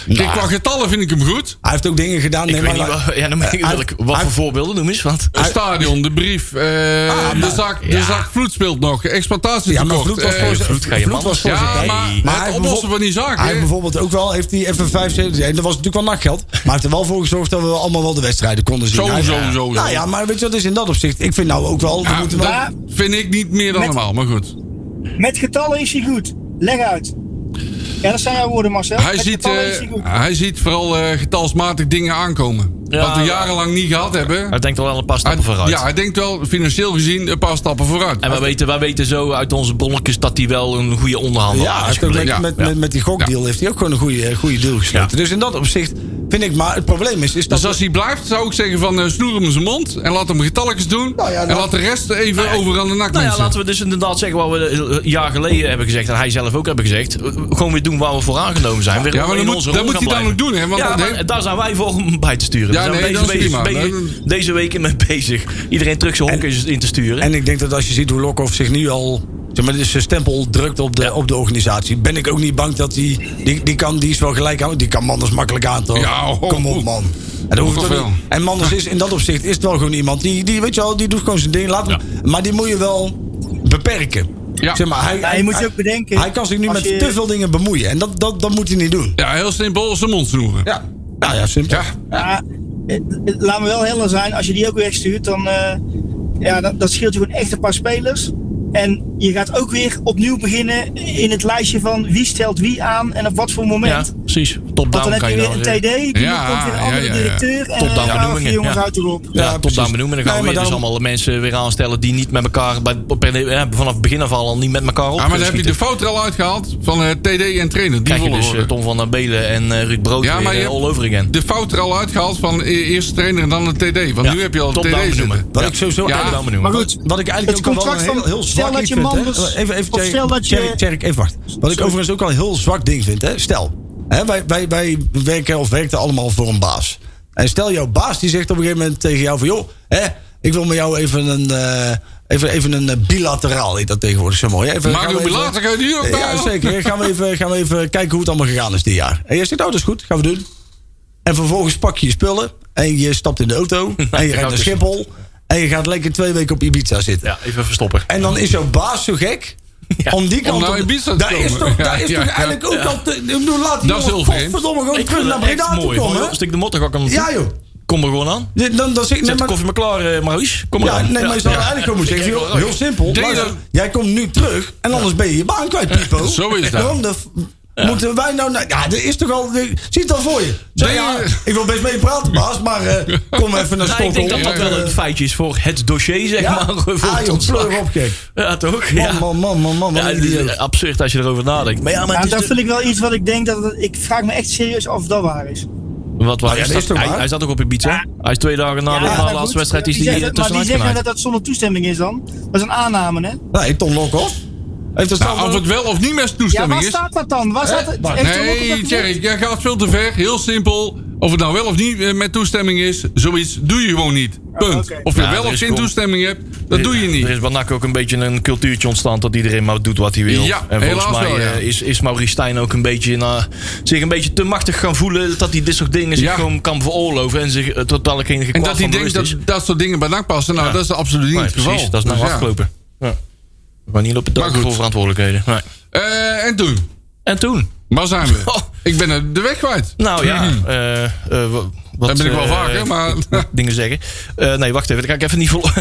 Kijk, Nou. qua getallen vind ik hem goed. Hij heeft ook dingen gedaan. Ik nee, weet maar, niet wat, ja, dan moet ik, hij- welke- wat hij- voor voorbeelden noem eens. Want, Het stadion, de brief, eh, de, maar- zaak, de zaak Vloed speelt nog, exploitatietekort. Ja, maar Vloed was eh, voor zijn- Vloed ga je Vloed man. was voor ja, zijn tijd. maar, Maar hij het heeft oplossen van die zaak. Hij heeft hè. bijvoorbeeld ook wel, heeft hij even vijf, zes, ja, dat was natuurlijk wel nachtgeld. Maar hij heeft er wel voor gezorgd dat we allemaal wel de wedstrijden konden zien. Zo, Hij- zo, zo, Nou zo. ja, maar weet je wat is in dat opzicht? Ik vind nou ook wel, we Ja, moeten dat wel... Ja. vind ik niet meer dan Met- normaal, maar goed. Met getallen is hij goed. Leg uit. Ja, dat zijn jouw woorden, Marcel. Hij Met ziet, getallen is eh, hij goed. hij ziet vooral eh, getalsmatig dingen aankomen. Ja, wat we maar- jarenlang niet gehad hebben. hij denkt al wel een paar Hij, stappen vooruit. ja, hij denkt wel financieel gezien een paar stappen vooruit. En wij weten, wij weten zo uit onze bronnetjes dat hij wel een goede onderhandelaar Ja, hij is heeft ook met, gebleken. Ja, met, ja. met, met die gokdeal heeft hij ook gewoon een goede, goede deal gesloten. Dus in dat opzicht vind ik, maar het probleem is, is dat... Dus als hij blijft, zou ik zeggen van uh, snoer hem zijn mond. En laat hem getalletjes doen. Nou ja, en nou- laat de rest even Nou ja, over aan de nak Nou ja, mensen. laten we dus inderdaad zeggen wat we een jaar geleden hebben gezegd. En hij zelf ook hebben gezegd. Gewoon weer doen waar we voor aangenomen zijn. Weer Ja, maar in dat onze moet, rol dat moet gaan hij dan ook blijven. doen. Hè? Want Ja, dat maar heeft- daar zijn wij voor om bij te sturen. Ja, Daar zijn we nee, dat is deze, prima. bezig, Dat- deze week mee bezig. Iedereen terug zijn honk in te sturen. En ik denk dat als je ziet hoe Lokhoff zich nu al, zeg maar, zijn stempel drukt op de, op de organisatie, ben ik ook niet bang dat hij, die, die, kan, die is wel gelijk aan, die kan Manders makkelijk aan, toch? Ja, oh, Kom op, man. En, dat hoeft Toch toch wel. niet. En Manders is in dat opzicht is het wel gewoon iemand die, die weet je wel, die doet gewoon zijn ding. Laat hem, maar die moet je wel beperken. Ja. Zeg maar, hij, Ja, je hij- moet je hij- ook bedenken. Hij kan zich nu als met je- te veel dingen bemoeien. En dat, dat, dat moet hij niet doen. Ja, heel simpel zijn mond snoeren. Ja, nou ja, simpel. Ja. Ja, eh, eh, laat me wel helder zijn. Als je die ook wegstuurt, dan eh, ja, dat, dat scheelt je gewoon echt een paar spelers. En je gaat ook weer opnieuw beginnen in het lijstje van wie stelt wie aan en op wat voor ja, moment. precies. Want Top-down dan heb kan je je weer nou een zeggen. T D, die Ja, komt weer een ja, andere ja, ja. directeur. En Top-down dan gaan we benoemingen, jongens ja. uit erop. Ja, Ja, top precies. down benoemen. Dan gaan Nee, we weer maar dus dan- allemaal mensen weer aanstellen die niet met elkaar bij, per- ja, vanaf het begin af al niet met elkaar op Ja, maar dan heb je schieten. de fout er al uitgehaald van uh, T D en trainer. Die Krijg je dus volgorde. eh, Tom van der Belen en eh, Ruud Brood Ja, weer maar je eh, hebt all over again. de fout er al uitgehaald van e- eerst trainer en dan een T D. Want Ja, nu heb je al een top-down T D benoemen. zitten. Wat Ja. ik sowieso Ja, eigenlijk- top-down benoemen. Maar goed, Wat ik eigenlijk Het ook al wel een contract heel, van- heel stel zwak dat iets je vind, hè? Manders- Even, even, of Tjerk, stel dat je- Tjerk, Tjerk, even wacht. Wat ik overigens ook al een heel zwak ding vind, hè? Stel, hè, wij, wij, wij werken of werkten allemaal voor een baas. En stel jouw baas die zegt op een gegeven moment tegen jou van, joh, hè, ik wil met jou even een, eh, even, even een eh, bilateraal, heet dat tegenwoordig zo mooi. Even, gaan Mario we even- Bilater, ga je die ook Ja, bellen? zeker. Gaan we, even, gaan we even kijken hoe het allemaal gegaan is dit jaar. En je zegt, nou, dat is goed, gaan we doen. En vervolgens pak je je spullen en je stapt in de auto en je rijdt naar dus- Schiphol en je gaat lekker twee weken op Ibiza zitten. Ja, even verstoppen. En dan is jouw baas zo gek Ja. om die kant naar op... Ibiza te daar komen. is toch, daar is Ja, toch ja, eigenlijk ook ja. al... Te, ik bedoel, laat die Dat is jongen heel vreemd. godverdomme gewoon Ik terug vind naar het echt Breda toe mooi. komen. Gewoon, Stik de motorgak aan. Ja, joh. Kom er gewoon aan. Ja, Dan, dan zeg ik... Nee, Zet de maar, koffie maar klaar, uh, Maurice. Kom maar ja, aan. nee, maar je zou eigenlijk gewoon moeten zeggen... Heel, heel simpel. Denk luister, dat- jij komt nu terug en anders ben je je baan kwijt, Pipo. Zo is dat. Waarom de... f- Moeten wij nou... naar- Ja, er is toch al... Zie het al voor je. Zeg, Nee, ja, eh. ik wil best mee praten, baas, maar eh, kom even naar Nou, Stockholm. ik denk dat dat Ja, wel ja. een feitje is voor het dossier, zeg Ja, maar. Voor ah, het joh, ontslag. pleur op, gek. Ja, toch? Man, Ja. man, man, man, man. Ja, Wat een het is idioot. absurd als je erover nadenkt. Maar ja, maar Ja, het is dat de- vind ik wel iets wat ik denk dat... het- Ik vraag me echt serieus af of dat waar is. Wat waar Nou ja, is dat dat? is toch hij, waar? hij zat ook op Ibiza. Ja. Hij is twee dagen na de, Ja, na de maar laatste goed, wedstrijd is wie hij zegt er dat- Maar wie tussenuit zegt nou genaaid. dat dat zonder toestemming is dan? Dat is een aanname, hè? Nee, Tom Lokhoff. Heeft dat Nou, zelf of ook- het wel of niet met Ja, toestemming waar is. staat dat dan? Waar staat het? wacht. Heeft Tom ook Nee, dat gezegd? Tjerk, jij gaat veel te ver. Heel simpel. Of het nou wel of niet eh, met toestemming is, zoiets doe je gewoon niet. Punt. oké. Of je Ja, wel er of is geen gewoon- toestemming hebt, dat doe je niet. Er is bij N A C ook een beetje een cultuurtje ontstaan dat iedereen maar doet wat hij wil. Ja, en volgens helaas mij wel, ja. eh, is, is Maurice Stijn ook een beetje na, zich een beetje te machtig gaan voelen. Dat hij dit soort dingen zich Ja. gewoon kan veroorloven. En zich eh, totaal geen En gekwaad dat hij van denkt bewust dat is. dat soort dingen bij N A C passen, nou, Ja. dat is absoluut niet Nee, het geval. precies, dat is nou Dus ja. afgelopen. Ja. We gaan niet op het Maar dak goed. voor verantwoordelijkheden. Nee. Eh, en toen? En toen? Waar zijn we? Oh. Ik ben er de weg kwijt. Nou ja, eh, eh, wa- wat, Dat ben ik wel eh, vaker, maar... dingen zeggen. Eh, nee, wacht even, dat ga ik even niet vol.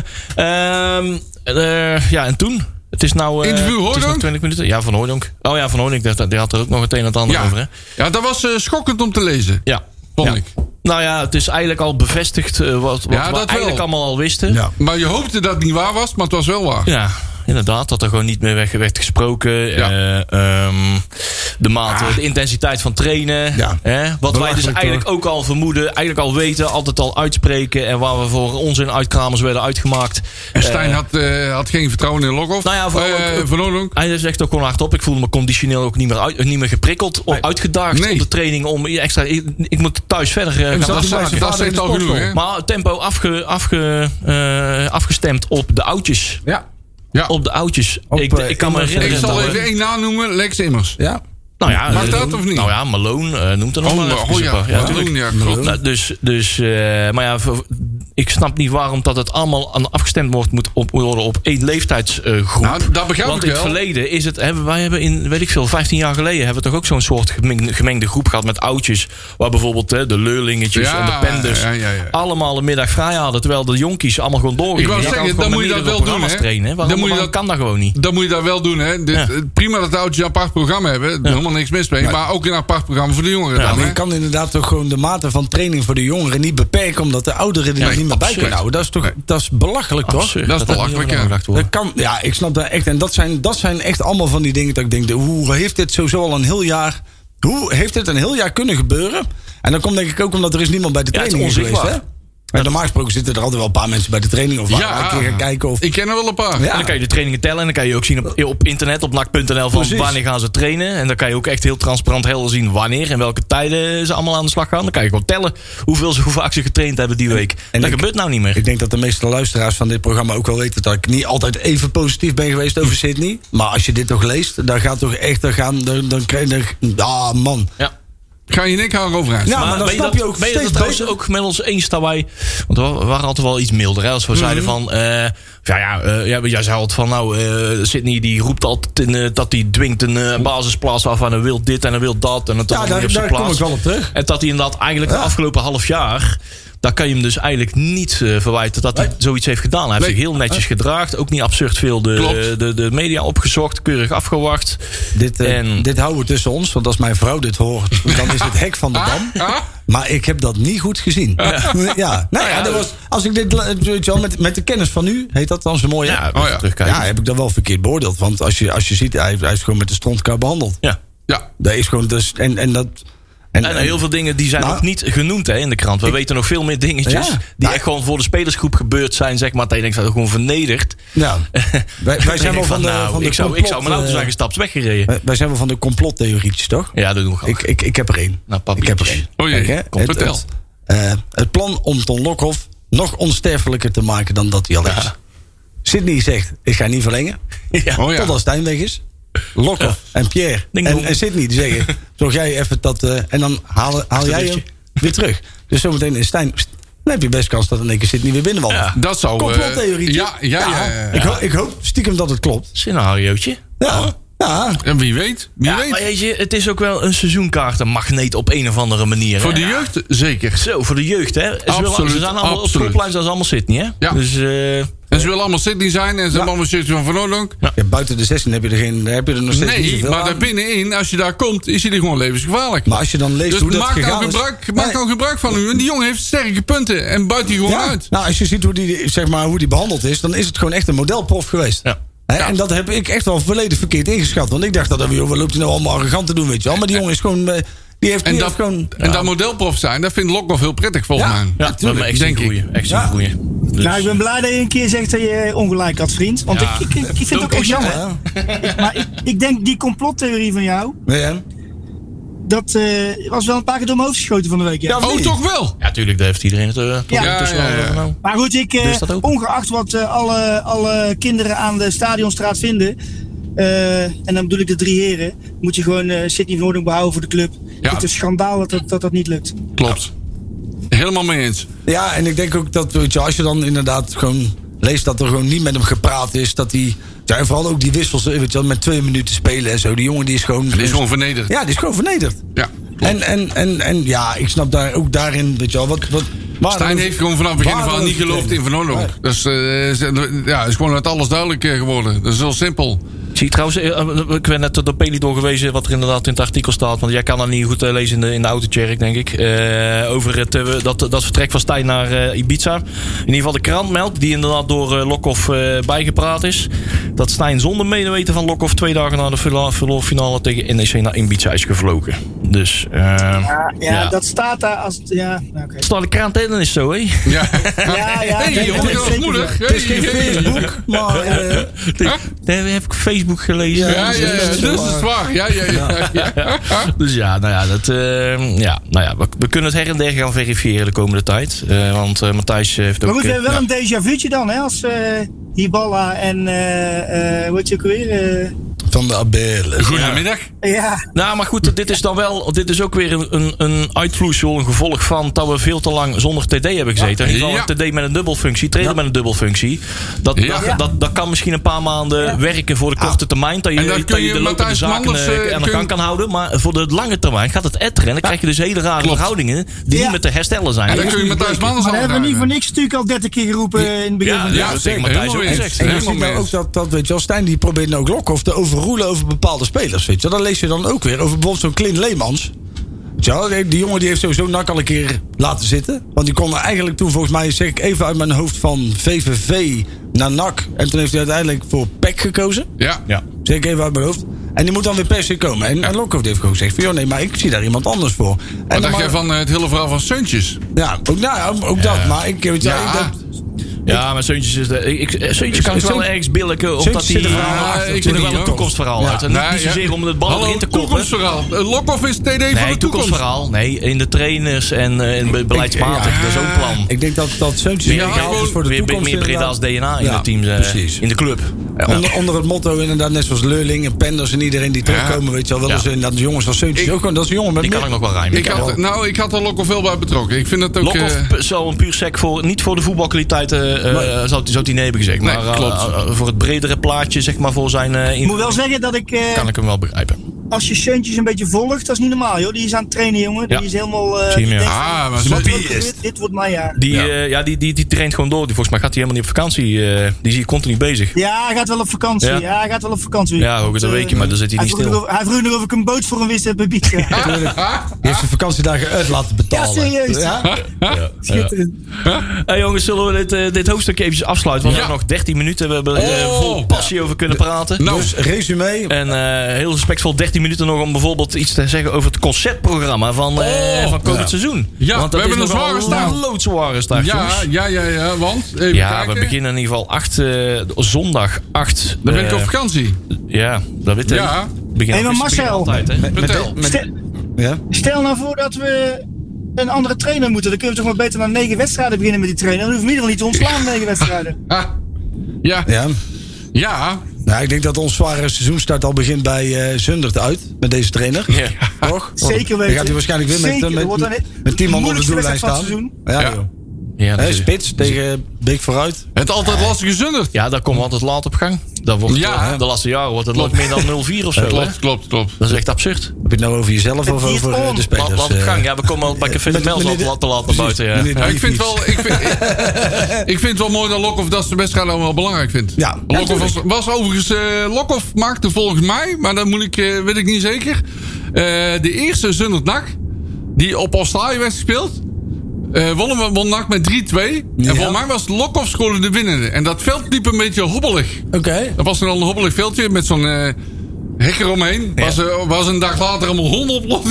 Ehm, eh, ja, en toen? Het is nou... eh, Interview het is nog Hooydonk? twintig minuten. Ja, van Hooydonk. Oh ja, van Hooydonk, die, die had er ook nog het een en het ander Ja. over, hè? ja, dat was eh, schokkend om te lezen. Ja. Vond Ja. ik. Nou ja, het is eigenlijk al bevestigd eh, wat, wat Ja, we dat wel. eigenlijk allemaal al wisten. Ja. Maar je hoopte dat het niet waar was, maar het was wel waar. Ja, inderdaad, dat er gewoon niet meer werd, werd gesproken. Ja. Eh, ehm, de mate, de intensiteit van trainen. Ja. Hè? Wat wij dus Belachelijk, eigenlijk ook al vermoeden, eigenlijk al weten, altijd al uitspreken. En waar we voor onzin uitkramers werden uitgemaakt. En Stijn Eh, had, eh, had geen vertrouwen in Lokhoff. Nou ja, vooral Eh, ook- Van Hooydonk. Hij zegt ook gewoon hardop. Ik voelde me conditioneel ook niet meer, uit, niet meer geprikkeld. Of uitgedaagd Nee. op de training. Om extra, ik, ik moet thuis verder eh, gaan zat hij bij afzaken. zijn Dat vader in zegt de al genoeg, sportschool. hè? Maar tempo afge, afge, eh, afgestemd op de oudjes. Ja. Ja. Op de oudjes. Op, ik, eh, ik kan me Immers. Ik herinneren. zal dat we- even één naam noemen. Lex Immers. Ja. Nou ja, Mag uh, dat of niet? Nou ja, Malone uh, noemt er nog Oh, maar oh, even ja, op. ja, natuurlijk. Malone, ja, klopt. Nou, dus, dus, uh, maar ja, voor- ik snap niet waarom dat het allemaal aan afgestemd wordt moet op, worden op één leeftijdsgroep. Nou, dat begrijp Want ik in het wel. verleden is het, hebben, wij hebben in, weet ik veel, vijftien jaar geleden hebben we toch ook zo'n soort gemengde, gemengde groep gehad met oudjes. Waar bijvoorbeeld hè, de leurlingetjes Ja, en de penders ja, ja, ja. allemaal een middag vrij hadden. Terwijl de jonkies allemaal gewoon doorgingen. Ik wou Je kan zeggen, gewoon dan moet je met dat meerdere wel doen, programma's hè? trainen. Waarom, Dan moet je waarom dat- kan dat gewoon niet? Dan moet je dat wel doen, hè. Dit, Ja. Prima dat de oudjes een apart programma hebben. Er is helemaal niks mis mee. Maar ook een apart programma voor de jongeren Ja, dan, Maar hè. je kan inderdaad toch gewoon de mate van training voor de jongeren niet beperken, omdat de ouderen er Ja, niet meer bij absurd. kunnen houden. Dat is toch dat is belachelijk, toch? Absurd. Dat is had belachelijk, niet ja. over nagedacht worden. Dat kan, ja, ik snap dat echt. En dat zijn, dat zijn echt allemaal van die dingen dat ik denk, de- hoe heeft dit sowieso al een heel jaar, hoe heeft dit een heel jaar kunnen gebeuren? En dan komt denk ik ook omdat er is niemand bij de Ja, het is training geweest, hè? onzichtbaar. En normaal gesproken zitten er altijd wel een paar mensen bij de training of waar Ja, we een keer gaan kijken. Of, ik ken er wel een paar. Ja. En dan kan je de trainingen tellen. En dan kan je ook zien op, op internet, op nak punt n l, van Precies. wanneer gaan ze trainen. En dan kan je ook echt heel transparant helder zien wanneer en welke tijden ze allemaal aan de slag gaan. Dan kan je gewoon tellen hoeveel ze, hoe vaak ze getraind hebben die week. En dat ik- gebeurt nou niet meer. Ik denk dat de meeste luisteraars van dit programma ook wel weten dat ik niet altijd even positief ben geweest over Sydney. Maar als je dit toch leest, dan gaat toch echt, dan gaan, dan, dan krijg je, ah man. Ja. Ga je nek houden over Ja, maar dan ben snap dat, je ook ben je steeds dat trouwens beter. ook met ons eens dat wij... Want we waren altijd wel iets milder. Hè, als we zeiden van... eh, ja, ja, eh, ja, jij zei altijd van... Nou, eh Sydney die roept altijd in, eh, dat hij dwingt een eh, basisplaats af. En hij wil dit en hij wil dat. En dat Ja, is daar, niet op zijn daar kom plaats. ik wel op terug. En dat hij inderdaad eigenlijk de Ja. afgelopen half jaar... Daar kan je hem dus eigenlijk niet uh, verwijten dat hij Nee. zoiets heeft gedaan. Hij heeft Nee. zich heel netjes gedraagd. Ook niet absurd veel de, Klopt. de, de media opgezocht. Keurig afgewacht. Dit, eh, En- dit houden we tussen ons, want als mijn vrouw dit hoort, dan is het hek van de dam. Ah? Maar ik heb dat niet goed gezien. Ja, nou ja, dat was, als ik dit, weet je wel, met, met de kennis van u, heet dat dan zo mooi? hè? Ja, Oh ja. terugkijken. Ja, heb ik dat wel verkeerd beoordeeld. Want als je, als je ziet, hij, hij is gewoon met de strontkar behandeld. Ja. Ja. Dat is gewoon, dus, en, en dat... En, En heel veel dingen die zijn Nou, nog niet genoemd hè, in de krant. We weten nog veel meer dingetjes Ja. die Nou, echt gewoon voor de spelersgroep gebeurd zijn. Zeg maar, dat je denkt, dat gewoon vernederd. Ja, wij, wij zijn wel van de, nou, van de ik, zou, ik complot, zou mijn auto eh, zijn gestapt, weggereden. wij- Wij zijn wel van de complottheorietjes, toch? Ja, dat doen we gewoon. Ik, ik, ik heb er één. Nou, papi. ik heb er één. Oh jee, Kijk, hè, kom, het, vertel. Het, eh, het plan om Ton Lokhoff nog onsterfelijker te maken dan dat hij al is. Ja. Sydney zegt, ik ga niet verlengen. Ja. Oh ja. Tot als Stijn weg is. Lokhoff en Pierre Ding en, dong. en Sydney die zeggen, zorg jij even dat... eh, en dan haal, haal jij hem Achterlichtje. weer terug. Dus zometeen is Stijn... pst, dan heb je best kans dat in één keer Sydney weer binnenwandelt. Ja. Dat zou... eh, Complottheorietje. ja, ja, ja. ja, Ik, ja. ho- ik hoop stiekem dat het klopt. Scenariootje. Ja, ja. En wie weet, wie Ja, weet. maar weet je, het is ook wel een seizoenkaartenmagneet op een of andere manier. Voor hè. de jeugd zeker. Zo, voor de jeugd, hè? Ze, willen- Absoluut, ze zijn allemaal op absoluut. schoolplein, zijn ze allemaal Sydney, hè? Ja. Dus, eh, En ze willen allemaal Sydney zijn en ze hebben allemaal shirtjes van Van Oudonk. Ja, buiten de zestien heb je er, geen, heb je er nog steeds niet Nee, zoveel maar aan. daar binnenin, als je daar komt, is hij gewoon levensgevaarlijk. Maar als je dan leest Dus hoe dat maak, nou gegaan is... gebruik, maak Nee. nou gebruik van u. En die jongen heeft sterke punten en buit die gewoon Ja, uit. nou, als je ziet hoe die, zeg maar, hoe die behandeld is... dan is het gewoon echt een modelprof geweest. Ja. Hè, Ja. En dat heb ik echt wel volledig verkeerd ingeschat. Want ik dacht dat, joh, wat loopt hij nou allemaal arrogant te doen, weet je wel. Maar die jongen is gewoon... eh, Die heeft, En die dat, heeft gewoon... en dat modelprof zijn, dat vindt Lokhoff heel prettig volgens Ja. mij. ja, dat tuurlijk, me echt denk zien ik. groeien. Echt zien Ja. groeien. Dus, Nou, ik ben blij dat je een keer zegt dat je ongelijk had, vriend. Want Ja. ik, ik, ik vind het ook Doe echt ik jammer. Ja, Maar ik, ik denk die complottheorie van jou, ja. dat eh, was wel een paar keer door mijn hoofd geschoten van de week. Ja. Ja, Oh, toch wel? ja, tuurlijk, daar heeft iedereen het uh, Ja. tussen Ja, ja, ja. nou. Maar goed, ik, eh, Dus dat ook. ongeacht wat eh, alle, alle kinderen aan de Stadionstraat vinden... eh, en dan bedoel ik de drie heren... moet je gewoon eh Sydney van Oudonk behouden voor de club. Ja. Het is een schandaal dat dat, dat, dat niet lukt. Klopt. Helemaal mee eens. Ja, en ik denk ook dat, weet je, als je dan inderdaad gewoon leest dat er gewoon niet met hem gepraat is, dat hij, ja, en vooral ook die wissels, weet je wel, met twee minuten spelen en zo. Die jongen die is gewoon, Die is gewoon vernederd. ja, die is gewoon vernederd. Ja. En, en, en, en ja, ik snap daar ook daarin, weet je wel, wat, wat Stijn heeft gewoon vanaf het begin af aan waardeloos niet geloofd in Van Oudonk. Nee. Dus eh, ja, is gewoon uit alles duidelijk eh, geworden. Dat is heel simpel. Ik zie trouwens, eh, eh, ik ben net door Pelidor gewezen wat er inderdaad in het artikel staat. Want jij kan dat niet goed eh, lezen in de, in de autocherk, denk ik. Eh, over het, eh, dat, dat vertrek van Stijn naar eh, Ibiza. In ieder geval de krant meldt, die inderdaad door uh, Lokhoff uh, bijgepraat is. Dat Stijn zonder medeweten van Lokhoff twee dagen na de verloorfinale tegen N E C naar Ibiza is gevlogen. Dus, uh, Ja, ja, ja. dat staat daar als... Ja, nou, oké. Staat de krant in, dan is het zo, hè? Ja. Ja, ja. Hey, nee, je dat hoort is als zeker moeder. zo. Het is geen Facebook, maar eh, Daar heb ik Facebook gelezen. Ja, ja, ja, dus dat is waar. Ja, ja, ja. ja. Dus ja, nou ja, dat, uh, ja, nou ja we, we kunnen het her en der gaan verifiëren de komende tijd. Uh, want uh, Matthijs heeft ook... Maar goed, we hebben wel uh, een déjà vu'tje dan, hè, als uh, Hiballa en, uh, uh, wat je ook weer... Uh, Van de Abelen. Goedemiddag. Ja, Nou, maar goed, dit is dan wel. Dit is ook weer een, een, een uitvloeisel, een gevolg van dat we veel te lang zonder T D hebben gezeten. In ieder geval Ja. een T D met een dubbelfunctie, trainer met een dubbelfunctie. Dat, Ja. dat, dat, dat kan misschien een paar maanden werken voor de korte termijn. Dat je, En dan dat kun je je de lopende Matthijs zaken Manders, eh, eh, aan de kun- gang kan houden. Maar voor de lange termijn gaat het etteren. En dan krijg je dus hele rare Klopt. verhoudingen die Ja. niet meer te herstellen zijn. En dan Dat kun je is Matthijs Manders maar dat hebben we niet voor aandragen. niks natuurlijk al dertig keer geroepen in het begin Ja, van de ja, jaar. dat heeft Matthijs ook Helemaal gezegd. En je Helemaal ziet nou mee ook dat, dat, weet je wel, Stijn die probeert nou ook Lokhoff te overroelen over bepaalde spelers, weet je wel. Dan lees je dan ook weer over bijvoorbeeld zo'n Clint Leemans. Weet je wel, die die jongen die heeft sowieso N A C al een keer laten zitten. Want die kon er eigenlijk toen, volgens mij, zeg ik even uit mijn hoofd, van V V V naar N A C. En toen heeft hij uiteindelijk voor P E C gekozen. Ja. Ja. Zeg ik even uit mijn hoofd. En die moet dan weer per se komen. En, en Lokhoff heeft gewoon gezegd van, joh, nee, maar ik zie daar iemand anders voor. En Wat dan dacht maar- jij van eh, het hele verhaal van Seuntjes? Ja, ook, nou, ja, ook dat. Maar ik, weet je wel, Ja. ik dat, Ja, maar Seuntjes is de, ik, ik- Seuntjes kan ik wel Seuntjes- ergens billijken. Omdat Seuntjes die. zit er verhaal Ja, achter, ik ik vind er weet wel niet, een hoor. toekomstverhaal Ja. uit. En Nee, niet zozeer ja. om het bal Hallo, erin te koppen. toekomstverhaal. Eh, Lokhoff is T D van Nee, de toekomst. toekomstverhaal. Nee, in de trainers en eh, in be- beleidsmatig. Ja. Dat is ook plan. ik denk dat, dat Seuntjes Weer, weer Ja, gehaald is voor de weer toekomst. meer Breda's D N A in Ja, het team. eh, precies. in de club. Ja, onder, onder het motto inderdaad, net zoals Leurling en Penders en iedereen die terugkomen, weet je wel. Wel Ja. eens inderdaad de jongens van Seuntjes Ik- ook gewoon. Dat is een jongen met Die kan ik meer- nog wel rijmen. Ik had, nou, ik had er Lokhoff veel bij betrokken. Ik vind het ook... Lokhoff eh, p- zou een puur sec voor, niet voor de voetbalkwaliteiten uh, Nee. zou, zou hij nee hebben gezegd. Nee, Maar uh, klopt. uh, voor het bredere plaatje, zeg maar, voor zijn uh, Ik moet wel zeggen dat ik, eh, kan ik hem wel begrijpen. als je Seuntjes een beetje volgt, dat is niet normaal, joh. Die is aan het trainen, jongen. Die Ja. is helemaal... eh, Zie je hem, die ja. denkt van, Ah, maar dit zo- wordt wie ook is- dit, dit wordt mijn jaar. Die, Ja. ja. ja, die, die, die traint gewoon door. Die, volgens mij gaat hij helemaal niet op vakantie. Uh, die zie je continu bezig. Ja, hij gaat wel op vakantie. Ja. Ja, hij gaat wel op vakantie. Ja, ook het een Eh, weekje, maar dan zit hij hij niet vroeg, stil. nog of, hij vroeg nog of ik een boot voor hem wist bij Ibiza. Ja, Die heeft zijn vakantiedagen uit laten betalen. Ja, serieus. Ja? schitterend. Hey jongens, zullen we dit, uh, dit hoofdstuk eventjes afsluiten? Want Ja. we hebben nog dertien minuten. We hebben er uh, Oh. vol passie over kunnen praten. Nou, Dus resume. En uh, heel respectvol dertien minuten nog om bijvoorbeeld iets te zeggen over het concertprogramma van, uh, Oh. van komend Ja. seizoen. Ja, Want we dat hebben is een nogal zware start. Een loodzware start, ja, jongens. ja, ja, ja, want... Even Ja, kijken. we beginnen in ieder geval acht, uh, zondag acht. Dan ben ik uh, op vakantie. Ja, dat weet ik. Ja. Begin Hey, maar Marcel. altijd, hè? Vertel. Stel, Ja? stel nou voor dat we een andere trainer moeten. Dan kunnen we toch maar beter na negen wedstrijden beginnen met die trainer. Dan hoeven we in ieder geval niet te ontslaan, negen wedstrijden. Ah. Ja, Ja. ja. Nou, ik denk dat ons zware seizoenstart al begint bij uh, Zundert uit. Met deze trainer. Ja. Toch? Zeker Dan weten. gaat hij waarschijnlijk weer met, Zeker, met, dat wordt met, dan met tien man op de moeilijkste doellijn wedstrijd staan. van het Ja, Ja. joh. Ja, dat Hè, is- spits tegen Beek vooruit. Het altijd lastige Zundert. ja, daar komen we altijd laat op gang. Dat wordt, Ja. uh, de laatste jaren wordt het nog meer dan nul vier of zo. hè? Klopt, klopt, klopt. Dat is echt absurd. Heb je het nou over jezelf of Het over diert uh, om. de spelers? Laat, laat op eh? gang. Ja, we komen al bij Café de met- Mels meneer al de- te laat naar buiten. Ja. Meneer de- Ja, ik vind wel, ik vind, ik vind het wel mooi dat Lokhoff dat zijn wedstrijd allemaal belangrijk vindt. Ja, Lokhoff was, was overigens, uh, Lokhoff maakte volgens mij, maar dat moet ik, uh, weet ik niet zeker, uh, de eerste Zundert N A C die op Australië werd gespeeld. Uh, wonnen we won N A C met drie twee. Ja. En volgens mij was Lokhoff scoorde de winnende. En dat veld liep een beetje hobbelig. Oké. Dat was dan een hobbelig veldje met zo'n uh, hek eromheen. Ja. Was, uh, was een dag later allemaal honden op.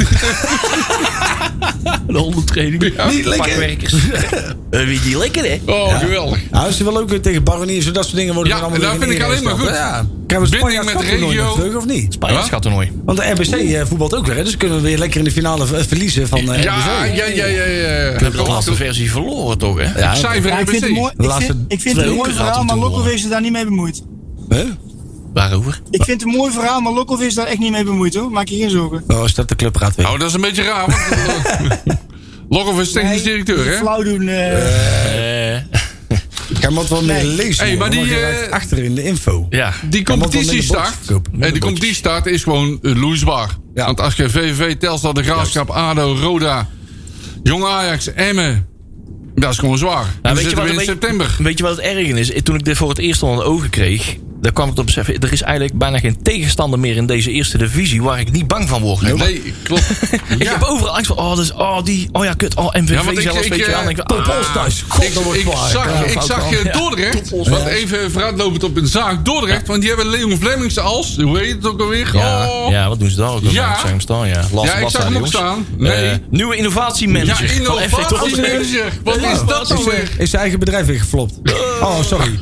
De hondentraining. Ja. Niet lekker. Vakwerkers. Uh, Wie die lekker, hè? Oh, geweldig. Nou, ze wil ook weer tegen Baronier, zo dat soort dingen worden Ja, dan allemaal dat weer vind ik in alleen maar ingesteld, goed. hè? Ja. Krijgen we Binding Spanjaard met de Cup-toernooi nog regio. terug, of niet? Spanjaards schattoernooi. Want de R B C eh, voetbalt ook weer, hè? Dus kunnen we weer lekker in de finale v- verliezen van uh, Ja, ja, ja, ja, ja. We hebben de laatste versie verloren, toch, hè? Ja, Cijfer Ja, ik vind het R B C. mooi, De ik laatste vind, ik vind twee het een mooi ook verhaal, raad maar om te Lokhoff horen. is er daar niet mee bemoeid. Huh? Waarover? Ik vind het een mooi verhaal, maar Lokhoff is daar echt niet mee bemoeid, hoor. Maak je geen zorgen. Oh, is dat de clubraad weer? Nou, dat is een beetje raar. Want Lokhoff is technisch directeur, hè? Flauw doen. eh, Eh, Ik moet wel meer Nee. lezen. Hey, maar hoor, die, want je eh, raakt achter in de info. ja. Die Kan wat wel competitie minder start. bordjes verkopen. En Minder die competitie start is gewoon uh, loeizwaar. Ja. Want als je V V V, Telstar, de Graafschap, ADO, Roda, Jong Ajax, Emmen. Dat is gewoon zwaar. Nou, Dan weet, je zitten wat, we in weet, september. weet je wat het erg is? Toen ik dit voor het eerst onder de ogen kreeg, daar kwam ik tot beseffen, er is eigenlijk bijna geen tegenstander meer in deze eerste divisie waar ik niet bang van word. Nee, klopt. Ik heb overal angst van, oh, dus, oh, die, oh ja, kut, oh, M V V Ja, want ik- zelfs, ik, weet je wel. eh, En ik, Top ah, Pols thuis. God, Ik, dat wordt ik zwaar. zag, Ja, ik fout zag wel. je Ja. Dordrecht, Top want even vooruitlopend op een zaak. Dordrecht, want die hebben Leon Vlemmings als, hoe heet het ook alweer? Ja, Oh. ja, wat doen ze daar ook? Ja. Ja. Ik zag hem staan, ja. Last, Ja, ik last zag hem ook jongens. staan. Nee. Eh, nieuwe innovatiemanager. Ja, van F C Dordrecht. innovatiemanager. Wat is dat nou weer? Is zijn eigen bedrijf weer geflopt? Oh, sorry.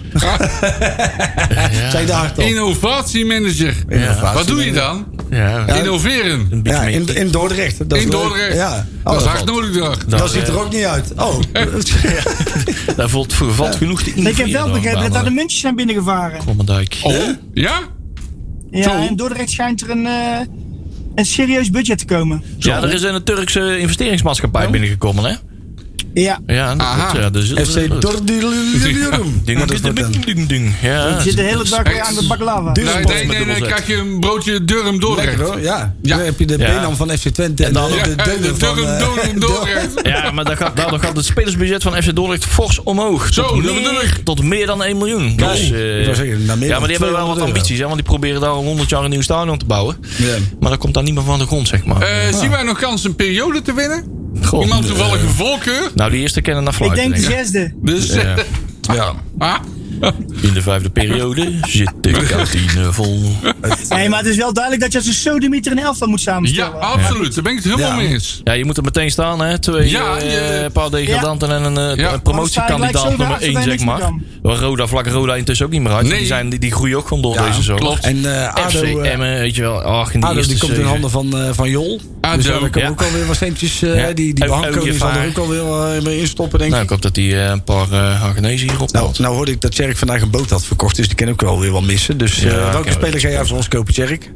Zij daar toch? Innovatiemanager. Innovatie. Wat doe je dan? Ja, Innoveren. een beetje Ja, meer- in, in Dordrecht. Dat is In leuk. Dordrecht. Ja. Oh, Dat is dat, hard nodig daar. daar, dat ziet er eh, ook niet uit. Oh. Daar valt valt genoeg te ik heb wel innoveren begrepen dat daar de dan, muntjes zijn binnengevaren. Klommendijk. Oh, ja? Ja, Zo. en Dordrecht schijnt er een, uh, een serieus budget te komen. Ja, er is een Turkse investeringsmaatschappij Oh. binnengekomen, hè? Ja, Ja, dat Aha. klopt, ja. Dus, F C Dordrecht. Ding, Wat is dat dan? ding, ding, ding. Ja, je zit de hele dag Hey, aan de baklava. Duur- Nee, Durmpost nee, met nee, nee, dubbel dan Z. krijg je een broodje Durham Dordrecht. Lekker hoor, ja. Ja. Dan heb je de Ja. Benam van F C Twente en, En dan de, Ja, de de Deuner van... Durham eh, Durham Dordrecht. ja, maar daar gaat, daardoor gaat het spelersbudget van F C Dordrecht fors omhoog. Zo, tot, dat meer, bedoel ik. tot meer dan één miljoen. Kijk, Dus, eh, ik wou zeggen, naar meer ja, dan maar die hebben wel wat tweehonderd euro. ambities, hè, want die proberen daar al honderd jaar een nieuw stadion te bouwen. Ja. Maar dat komt daar niet meer van de grond, zeg maar. Eh, Zien wij nog kans een periode te winnen? Goh, Iemand eh, toevallig een voorkeur? Nou, die eerste kennen naar Ik fluiten, denk de denk ik. zesde. Dus, Ja. Ja. ah, In de vijfde periode zit de kantine vol. Nee, maar het is wel duidelijk dat je als een sodemieter een elftal moet ja, samenstellen. absoluut. Daar ben ik het helemaal Ja. mee eens. Ja, je moet er meteen staan, hè? Twee, Ja, eh, je- een paar degradanten en een, eh, Ja. een promotiekandidaat Anders sta je nummer gelijk zo één, daar, zeg maar. zodat je Waar Roda, vlak Roda intussen ook niet meer uit. Nee. Die, zijn, die, die groeien ook gewoon door Ja, deze zomer. klopt. En eh F C ADO, eh, Emmen, weet je wel. Ach, in die ADO eerste die komt in zeven. handen van, eh, van Jol. ADO, Dus ja, daar komen ja. ook alweer wat centjes. eh, Ja. Die, die Ook- Behanko ook die zal er Gevaar. ook alweer uh, mee instoppen, denk Nou, ik. ik hoop dat hij eh, een paar uh, Hagenezen hierop Nou, haalt. nou hoorde ik dat Tjerk vandaag een boot had verkocht, dus die kan ook wel weer wat missen. Dus Ja, eh, welke ken speler ik. ga jij voor ons kopen, Tjerk?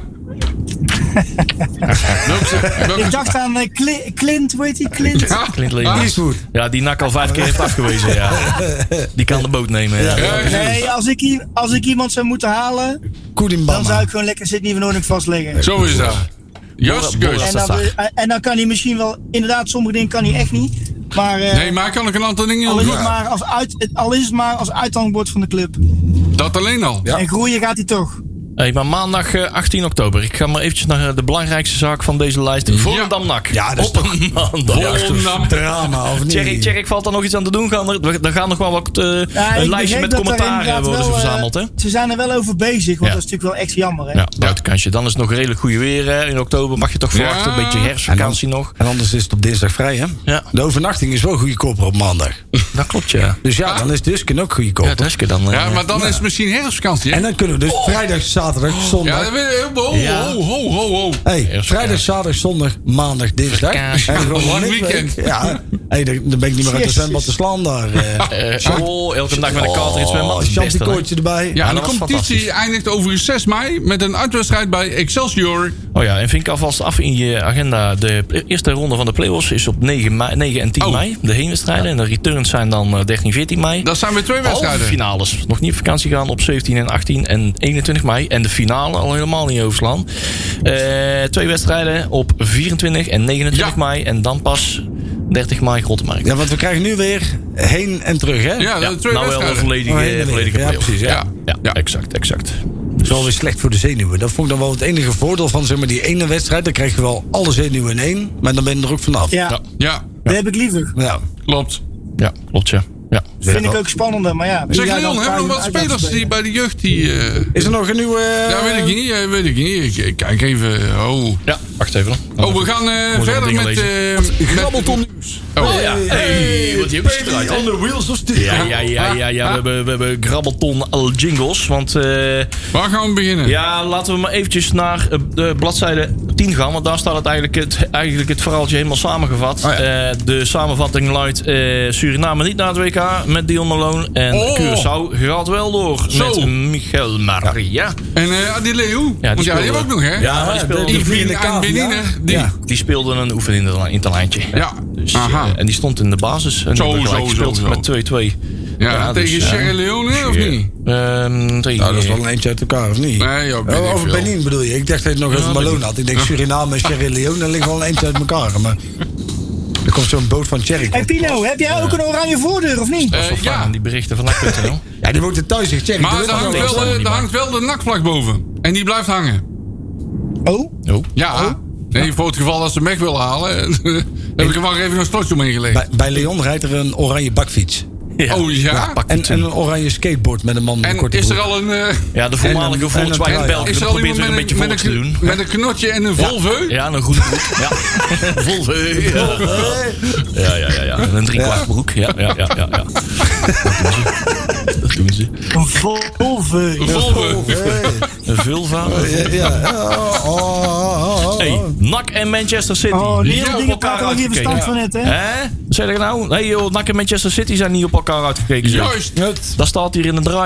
Welke- welke- Ik dacht aan eh, Cli- Clint, hoe heet die? Clint? Ja. Clint Leemans. Ah, Eastwood. Ja, die Nak al vijf keer heeft afgewezen, ja. Die kan de boot nemen, ja. ja, ja. Nee, als ik, i- als ik iemand zou moeten halen, dan Koedimbama. zou ik gewoon lekker Sydney van Oornik vastleggen. Zo is dat. Juist Boris- keus. En dan, eh, en dan kan hij misschien wel, inderdaad, sommige dingen kan hij echt niet. Maar, eh, Nee, maar kan ik een aantal dingen al, heel is het goed. maar als uit, al is het maar als uithangbord van de club. Dat alleen al. Ja. En groeien gaat hij toch. Hey, maar maandag eh, achttien oktober. Ik ga maar eventjes naar eh, de belangrijkste zaak van deze lijst. Volendam Nak. Ja, dat is Op een maandag. Volendam. Drama, of niet? Tjerk, Tjerk, valt er nog iets aan te doen? Gaan er, er gaan nog wel wat, eh, Ja, een ik lijstje begreep met dat er commentaren inderdaad worden ze wel, eh, verzameld, hè? Ze zijn er wel over bezig, want Ja. dat is natuurlijk wel echt jammer. Hè? Ja, buitenkansje. Dan is het nog redelijk goede weer. Hè. In oktober mag je toch verwachten. Ja. Een beetje herfstvakantie nog. En anders is het op dinsdag vrij, hè? Ja, De overnachting is wel goedkoper op maandag. dat klopt, ja. Dus ja, dan is Dusken ook goedkoper. Ja, Deske dan. eh, Ja, maar dan is het misschien herfstvakantie. hè? En dan kunnen we dus vrijdag, zaterdag, Ja, zondag... dat weet ik. Ho, Ja. ho, ho, ho, ho. Hey, Eerst vrijdag, zaterdag, zondag, maandag, dinsdag. Vakantie. En gewoon Lang midweek. weekend. Ja, hey, dan dan ben ik niet meer uit de Jezus. zwembad te slaan daar. eh. eh, oh, elke dag met een kater in het zwembad. Oh, Dat is het beste, hè. champikoortje erbij. Ja, en de dat was competitie fantastisch. eindigt overigens zes mei met een uitwedstrijd bij Excelsior. Oh ja, en vink alvast af in je agenda. De eerste ronde van de play-offs is op negen, mei, negen en tien Oh. mei. De heenwedstrijden. En de returns zijn dan eh, dertien, veertien mei. Dat zijn weer twee Halve wedstrijden. finales. Nog niet op vakantie gaan op zeventien en achttien en eenentwintig mei. En de finale al helemaal niet overslaan. Eh, twee wedstrijden op vierentwintig en negenentwintig Ja. mei. En dan pas dertig mei Grottenmarkt. Ja, want we krijgen nu weer heen en terug, hè? Ja, Ja, dat twee nou wel een wedstrijden. volledige, Oh, heen en weer. volledige Ja, play-off. precies, ja. Ja, ja, Ja. exact, exact. Dat is wel weer slecht voor de zenuwen. Dat vond ik dan wel het enige voordeel van zeg maar, die ene wedstrijd. Dan krijg je wel alle zenuwen in één. Maar dan ben je er ook vanaf. Ja, Ja. Ja, dat heb ik liever. Ja. klopt. Ja, klopt, ja. Ja. Vind ik ook spannender, maar ja. Zeg Ja, Leon, dan hebben we nog ga wat je uit spelers die spelen. bij de jeugd die... eh, Is er nog een nieuwe... ja, weet ik niet, eh, weet ik niet. Ik, ik kijk even. Oh, Ja, wacht even dan. oh we gaan eh, Moet verder dingen met... lezen. eh, met Grabbelton nieuws. Oh, ja. Hey, wat die hebben ze eruit, hè? on the wheels of steel. Ja, ja, ja, ja, ja. We hebben, we hebben grabbelton al jingles. Want uh, waar gaan we beginnen? ja, laten we maar eventjes naar uh, de bladzijde tien gaan. Want daar staat het eigenlijk het, eigenlijk het verhaaltje helemaal samengevat. Oh ja. Uh, de samenvatting luidt uh, Suriname niet naar het W K met Dion Malone. En Oh. Curaçao gaat wel door Zo. met Michel Maria. En uh, Adileu? Ja, Want ja, die speelde- hebben we ook nog, hè? Ja, maar die speelde, de- die, de vliegende Yveline en cavia. Benine, die... Ja. die speelde een oefeninterlijntje. Ja, Dus, aha. uh, en die stond in de basis. En Zo, die hebben gelijk zo, gespeeld zo, zo. met twee twee. Ja, tegen dus, Sierra Leone, of niet? Um, tegen, Nou, dat is wel een eentje uit elkaar, of niet? Nee, ja, weet Oh, ik over veel. Benin bedoel je? Ik dacht dat je het nog Ja, over Malone Benin. had. Ik denk Suriname en Sierra Leone, dat ligt wel een eentje uit elkaar. Maar er komt zo'n boot van Tjerk. Hey Pino, heb jij ook een oranje voordeur of niet? Eh, Wel fijn ja, aan die berichten van N A C punt N L. Ja, die woont er thuis, zegt Tjerk. maar doe er het hangt, maar. wel dat de, niet er waar. hangt wel de nakvlag boven. En die blijft hangen. Oh, Oh. Ja. Nee, voor het geval dat ze hem weg willen halen, heb ik er maar even een slotje omheen gelegd. Bij, bij Leon rijdt er een oranje bakfiets. Ja. Oh ja? pak En, het. en een oranje skateboard met een man met een En korte is er broek. al een... eh, Ja, de voormalige en een- Volkswagen en een- België is er al probeert iemand weer een beetje met, volks een, te doen. met een knotje en een Volvo? Ja, een goede broek. Ja. Volvo. Ja. Ja, ja, ja, ja. En een driekwart broek. Ja, ja, ja, ja, ja. Dat doen ze. een Volvo. Een Volvo. Hey. Een vulva. Ja, ja. Oh, oh, oh, oh. Hey, N A C en Manchester City. Oh, die Niet hele op dingen elkaar praten we hier uitgekeken. verstand van net, hè? Hè? Wat zei je nou? Nee joh, N A C en Manchester City zijn niet op elkaar uitgekeken. zeg. Juist. Het- Dat staat hier in het draaiboek.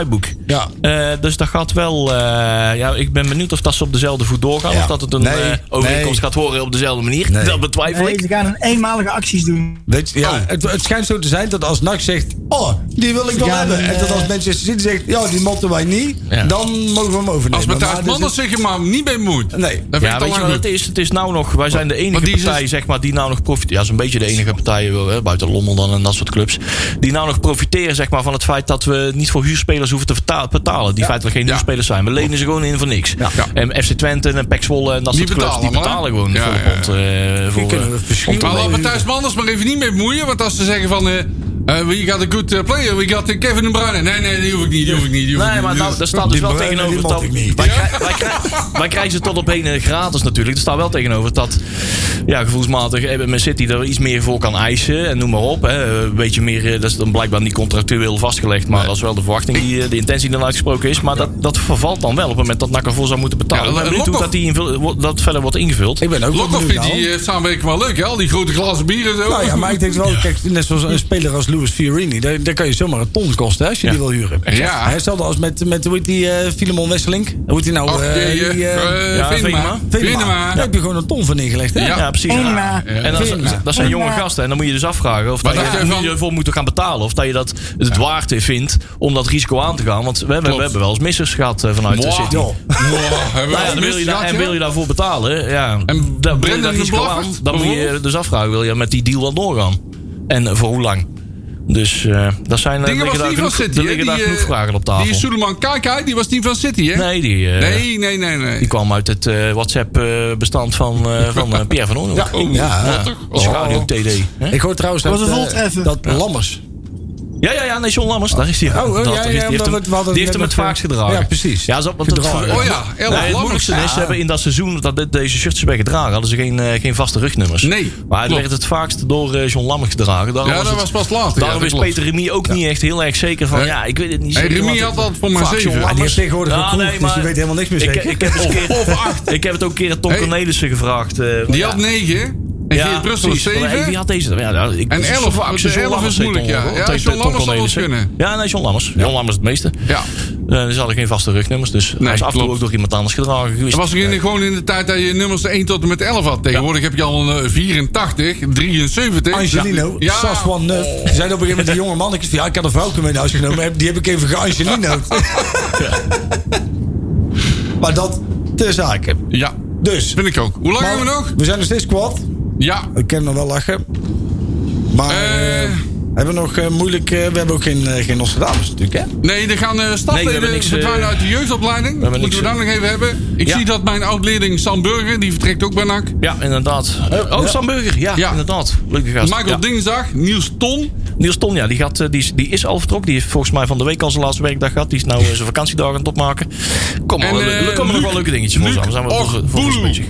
Ja. Uh, dus dat gaat wel... Uh, ja, ik ben benieuwd of dat ze op dezelfde voet doorgaan. Ja. Of dat het een nee, uh, overeenkomst nee. gaat horen op dezelfde manier. Nee. Dat betwijfel nee, ik. Ze gaan een eenmalige acties doen. Weet je, ja, oh. het, het schijnt zo te zijn dat als N A C zegt... Oh, die wil ik wel ja, hebben. En uh, dat als Manchester City zegt... Ja, die mochten wij niet. Ja. Dan mogen we hem overnemen. Als Matthijs Manders zich er maar niet bij moet. Nee. Dat ja, weet je wat het is? Het is nou nog... Wij zijn de enige partij, is... zeg maar, die nou nog profiteren. Ja, zo'n beetje de enige partij, hè, buiten Lommel dan en dat soort clubs. Die nou nog profiteren, zeg maar, van het feit dat we niet voor huurspelers hoeven te verta- betalen. Die ja. feitelijk geen ja. huurspelers zijn. We lenen ze gewoon in voor niks. Ja. Ja. En F C Twente en Pek Zwolle en dat die soort clubs, die betalen gewoon ja, voor de pond. Ja. Uh, voor, uh, maar laat Matthijs Manders maar even niet mee bemoeien. Want als ze zeggen van... Uh, Uh, we got a good uh, player, we got uh, Kevin De Bruyne. Nee, nee, die hoef ik niet, die hoef ik niet. Die hoef nee, ik maar niet. nou, daar staat dus wel Bruyne, tegenover dat... Wij, ja? krij, wij, krij, wij krijgen ze tot op heen gratis natuurlijk. Er staat wel tegenover dat, ja, gevoelsmatig Man City er iets meer voor kan eisen. En noem maar op. Hè. Een beetje meer, dat is dan blijkbaar niet contractueel vastgelegd. Maar nee. dat is wel de verwachting, die, de intentie die dan uitgesproken is. Maar dat, dat vervalt dan wel op het moment dat N A C ervoor zou moeten betalen. Ja, ik ben benieuwd hoe dat, die invul, dat verder wordt ingevuld. Ik ben ook Lokhoff vindt die uh, samenwerking wel leuk, hè? Al die grote glazen bieren. Zo. Nou ja, maar ik denk wel, kijk, net zoals een speler als Louis Fiorini, daar, daar kan je zomaar een ton kosten hè, als je ja. die wil huren. Ja. Hetzelfde als met, met hoe heet die uh, Filemon Wesselink? Hoe heet die nou? Och, uh, die, uh, uh, ja, Venema. Venema. Daar heb je gewoon een ton voor neergelegd. Hè? Ja, ja, precies. Ja. En dat, dat zijn jonge gasten. En dan moet je dus afvragen of dat je, je, je ervoor moet gaan betalen. Of dat je dat het waard vindt om dat risico aan te gaan. Want we hebben, we hebben wel eens missers gehad uh, vanuit de City. Wow. Wow. Nou ja, dan wil je daar, en wil je daarvoor betalen, ja, en dan wil je dat risico aan. Dan moet je dus afvragen, wil je met die deal wel doorgaan? En voor hoe lang? Dus uh, dat zijn er liggen daar genoeg, City, liggen die, daar genoeg vragen op tafel. Die Suleiman Kaikai, die was niet van City, hè? Nee, die, uh, nee, nee, nee, nee. die kwam uit het uh, WhatsApp-bestand van, uh, van uh, Pierre van Oorlog. Ja, oh, ja, ja. Oh. Schaduw T D. Hè? Ik hoor trouwens dat, uh, dat ja. Lammers... Ja, ja, ja, nee, John Lammers, daar is hij. Oh, oh, ja, ja, die heeft hem, die heeft hem het vaakst gedragen. Ja, precies. Ja, zo, want dat, oh ja, nee, het moeilijkste is, ze hebben in dat seizoen dat dit, deze shirts werden gedragen, hadden ze geen, uh, geen vaste rugnummers. Nee. Maar het werd het vaakst door uh, John Lammers gedragen. Daarom ja, was dat het, was pas later. Daarom ja, is Peter Remy ook ja. niet echt heel erg zeker van, hey. ja, ik weet het niet hey, zeker. Remy had dat voor maar zeven. Ja, die heeft tegenwoordig ja, een nee, dus die weet helemaal niks meer zeker. Ik, ik, heb het keer, of acht. Ik heb het ook een keer aan Tom hey. Cornelissen gevraagd. Uh, die had negen. En ja, Geert Brussel is zeven. Die had deze. Ja, nou, ik, en elf. elf is moeilijk, ja. Ja, John Lammers zal wel kunnen. Ja, nee, John Lammers. Ja. John Lammers het meeste. Ja. Uh, ze hadden geen vaste rugnummers, dus nee, hij is af en toe ook door iemand anders gedragen geweest. Dat was in, gewoon in de tijd dat je nummers één tot en met elf had. Tegenwoordig ja. heb je al een vierentachtig, drieënventig. Angelino, ja. Saswan Neuf. Die zei op een gegeven moment die jonge mannetjes van ja, ik had een vrouw mee naar huis genomen. Die heb ik even geangelino'd. Maar dat ter zake. Ja, dus. Vind ik ook. Hoe lang hebben we nog? We zijn nog steeds kwad. Ja. Ik kan nog wel lachen. Maar uh, uh, hebben we nog uh, moeilijk... Uh, we hebben ook geen, uh, geen Nostradamus natuurlijk, hè? Nee, er gaan uh, stafleden nee, verdwijnen uh, uit de jeugdopleiding. Dat moeten we dan nog even hebben. Ik ja. zie dat mijn oud-leerling Sam Burger, die vertrekt ook bij N A C. Ja, inderdaad. Uh, oh, ja. Sam Burger. Ja, ja. inderdaad. Leuke gast. Michael ja. Dinsdag, Niels Ton. Niels Ton, ja, die, gaat, die, is, die is al vertrokken. Die heeft volgens mij van de week al zijn laatste werkdag gehad. Die is nou zijn vakantiedag aan het opmaken. Kom maar, er komen nog wel leuke dingetjes voor samen. Zijn we voor, voor bezig.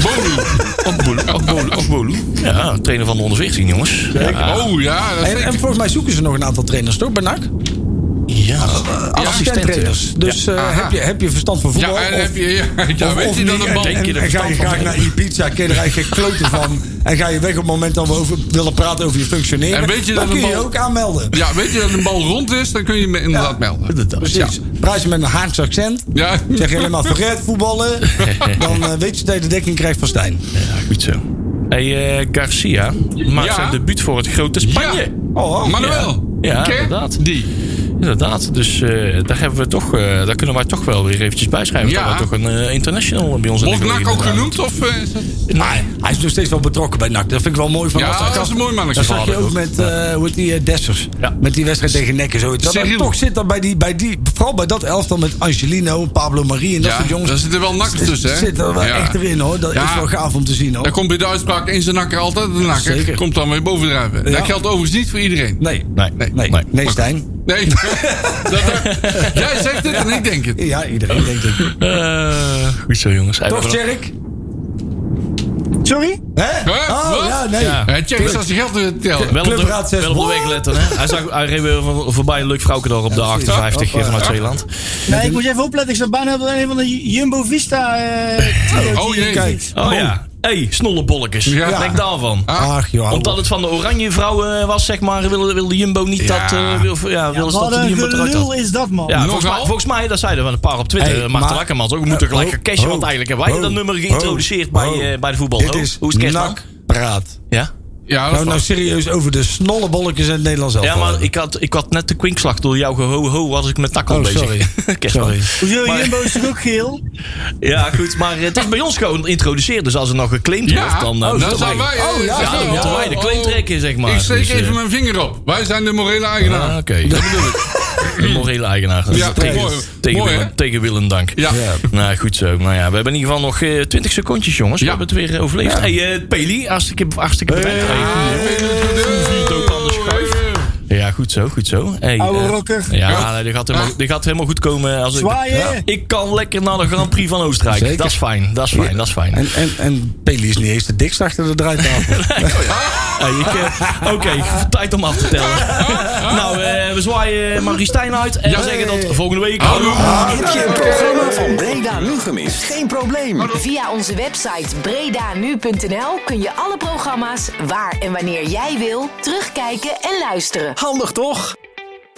Bolu. Bolu. Ja, trainer van de onder veertien, jongens. Ja. Oh ja, dat is en, en volgens mij zoeken ze nog een aantal trainers, toch, bij N A C? Ja, uh, assistent-trainers. Dus ja. uh, heb, je, heb je verstand van voetbal? Ja, en of, heb je, ja, ja, of, weet of je niet, dan een bal? En, en, en ga je graag naar Ibiza, ken je er eigenlijk geen kloten van. En ga je weg op het moment dat we over, willen praten over je functioneren. En weet je dan dat kun je bal, ook aanmelden. Ja, weet je dat een bal rond is, dan kun je me inderdaad ja, melden. Precies. Ja. Praat je met een Haagse accent. Ja. Zeg je helemaal vergeet voetballen. Dan uh, weet je dat je de dekking krijgt van Stijn. Ja, goed zo. Hey, uh, Garcia maakt ja. zijn debuut voor het grote Spanje. Ja. Oh, Manuel. Ja, ja inderdaad. Die. Inderdaad, dus uh, daar, hebben we toch, uh, daar kunnen wij toch wel weer eventjes bijschrijven. Ja. Dat we toch een uh, international bij ons in de Wordt N A C ook genoemd? Of, uh, is dat... nee. nee, hij is nog steeds wel betrokken bij N A C. Dat vind ik wel mooi van. Ja, dat, dat is een mooi mannetje. Dat zag je ook met uh, hoe heet die, uh, Dessers. Ja. Met die wedstrijd tegen Nekken. Zo. Dat dat toch zit dat bij die, bij die, vooral bij dat elftal met Angelino, Pablo Marie en dat ja, soort jongens. Daar zitten wel nakkers tussen, hè? Zit er wel ja. echt erin, hoor. Dat ja. is wel gaaf om te zien, hoor. Daar komt bij de uitspraak in zijn nakker altijd de nakker. Zeker. Komt dan weer bovendrijven. Ja. Dat geldt overigens niet voor iedereen. Nee, nee, nee. Nee, nee. nee Stijn. Nee, dat, jij zegt het en ik denk het. Ja, iedereen denkt het. Uh, goed zo, jongens. Toch, Tjerk? Sorry? Hè? Huh? Oh, Wat? ja, nee. Ja. Ja, Tjerk is als hij geld te tellen. Wel op de, wel op de weg letten, hè? Hij, zag, hij reed weer voorbij een leuk vrouwke daar op de achtenvijftig ja, vanuit Zeeland. Nee, ik moet je even opletten. Ik sta bijna op een van de Jumbo Vista. Uh, oh, oh jee. Oh ja. hey, snollebolletjes. Ja. Denk daarvan. Ach joh. Omdat het van de oranje vrouw uh, was, zeg maar, wilde, wilde Jumbo niet Ja. dat... Uh, wil, ja, wilde ze Wat dat de een Jumbo eruit gelul had. is dat, man. Ja, Nogal? volgens mij, volgens mij, dat zeiden we een paar op Twitter. Hey, Hey, Marten maar- Akkermans ook. We moeten gelijk ho, cashen, ho, want eigenlijk hebben wij ho, dat nummer ho, geïntroduceerd bij, ho. uh, bij de voetbal. Dit Ho, is hoe is het kerstman? nakpraat. Ja? Ja, dat Nou, is nou waar. serieus over de snollebolletjes in het Nederlands zelf. Ja, maar ik had, ik had net de kwinkslag door jouw ho ho was ik met takkel Oh, bezig. sorry. Kerstman. Sorry. Hoezo, Maar- Jumbo is toch ook geel? Ja, goed, maar het is bij ons gewoon geïntroduceerd. Dus als er nog geclaimd Ja, wordt, dan... uh, dan moeten zijn wij... Oh, ja, Ja, dan moeten wij de claim trekken, zeg maar. Ik steek Dus, uh, even mijn vinger op. Wij zijn de morele eigenaar. Ah, Oké, dat bedoel ik. De morele eigenaar. Dat is Ja, tegen, mooi. tegen, Mooi, Willem, hè? tegen Willem dank. Ja. Ja. Nou, goed zo. Nou ja, we hebben in ieder geval nog uh, twintig secondjes, jongens. We Ja. hebben het weer uh, overleefd. Ja. Hey, uh, Peli, hartstikke, hartstikke bedankt. Hey. Hey, vier doop aan de schuif. Ja, goed zo, goed zo. Hey, Oude uh, rocker. Ja, nee, die, gaat helemaal, die gaat helemaal goed komen. Als ik, Zwaaien. Ja. Ik kan lekker naar de Grand Prix van Oostenrijk. Zeker. Dat is fijn, dat is fijn, dat is fijn. En, en, en Peli is niet eens de dikste achter de draaitafel. Hey, ik, uh, Oké, okay, tijd om af te tellen. Nou, uh, we zwaaien Marie Stijn uit. En we zeggen tot volgende week. Heb je een programma van Breda Nu gemist? Geen probleem. Via onze website bredanu punt n l kun je alle programma's waar en wanneer jij wil terugkijken en luisteren. Handig toch?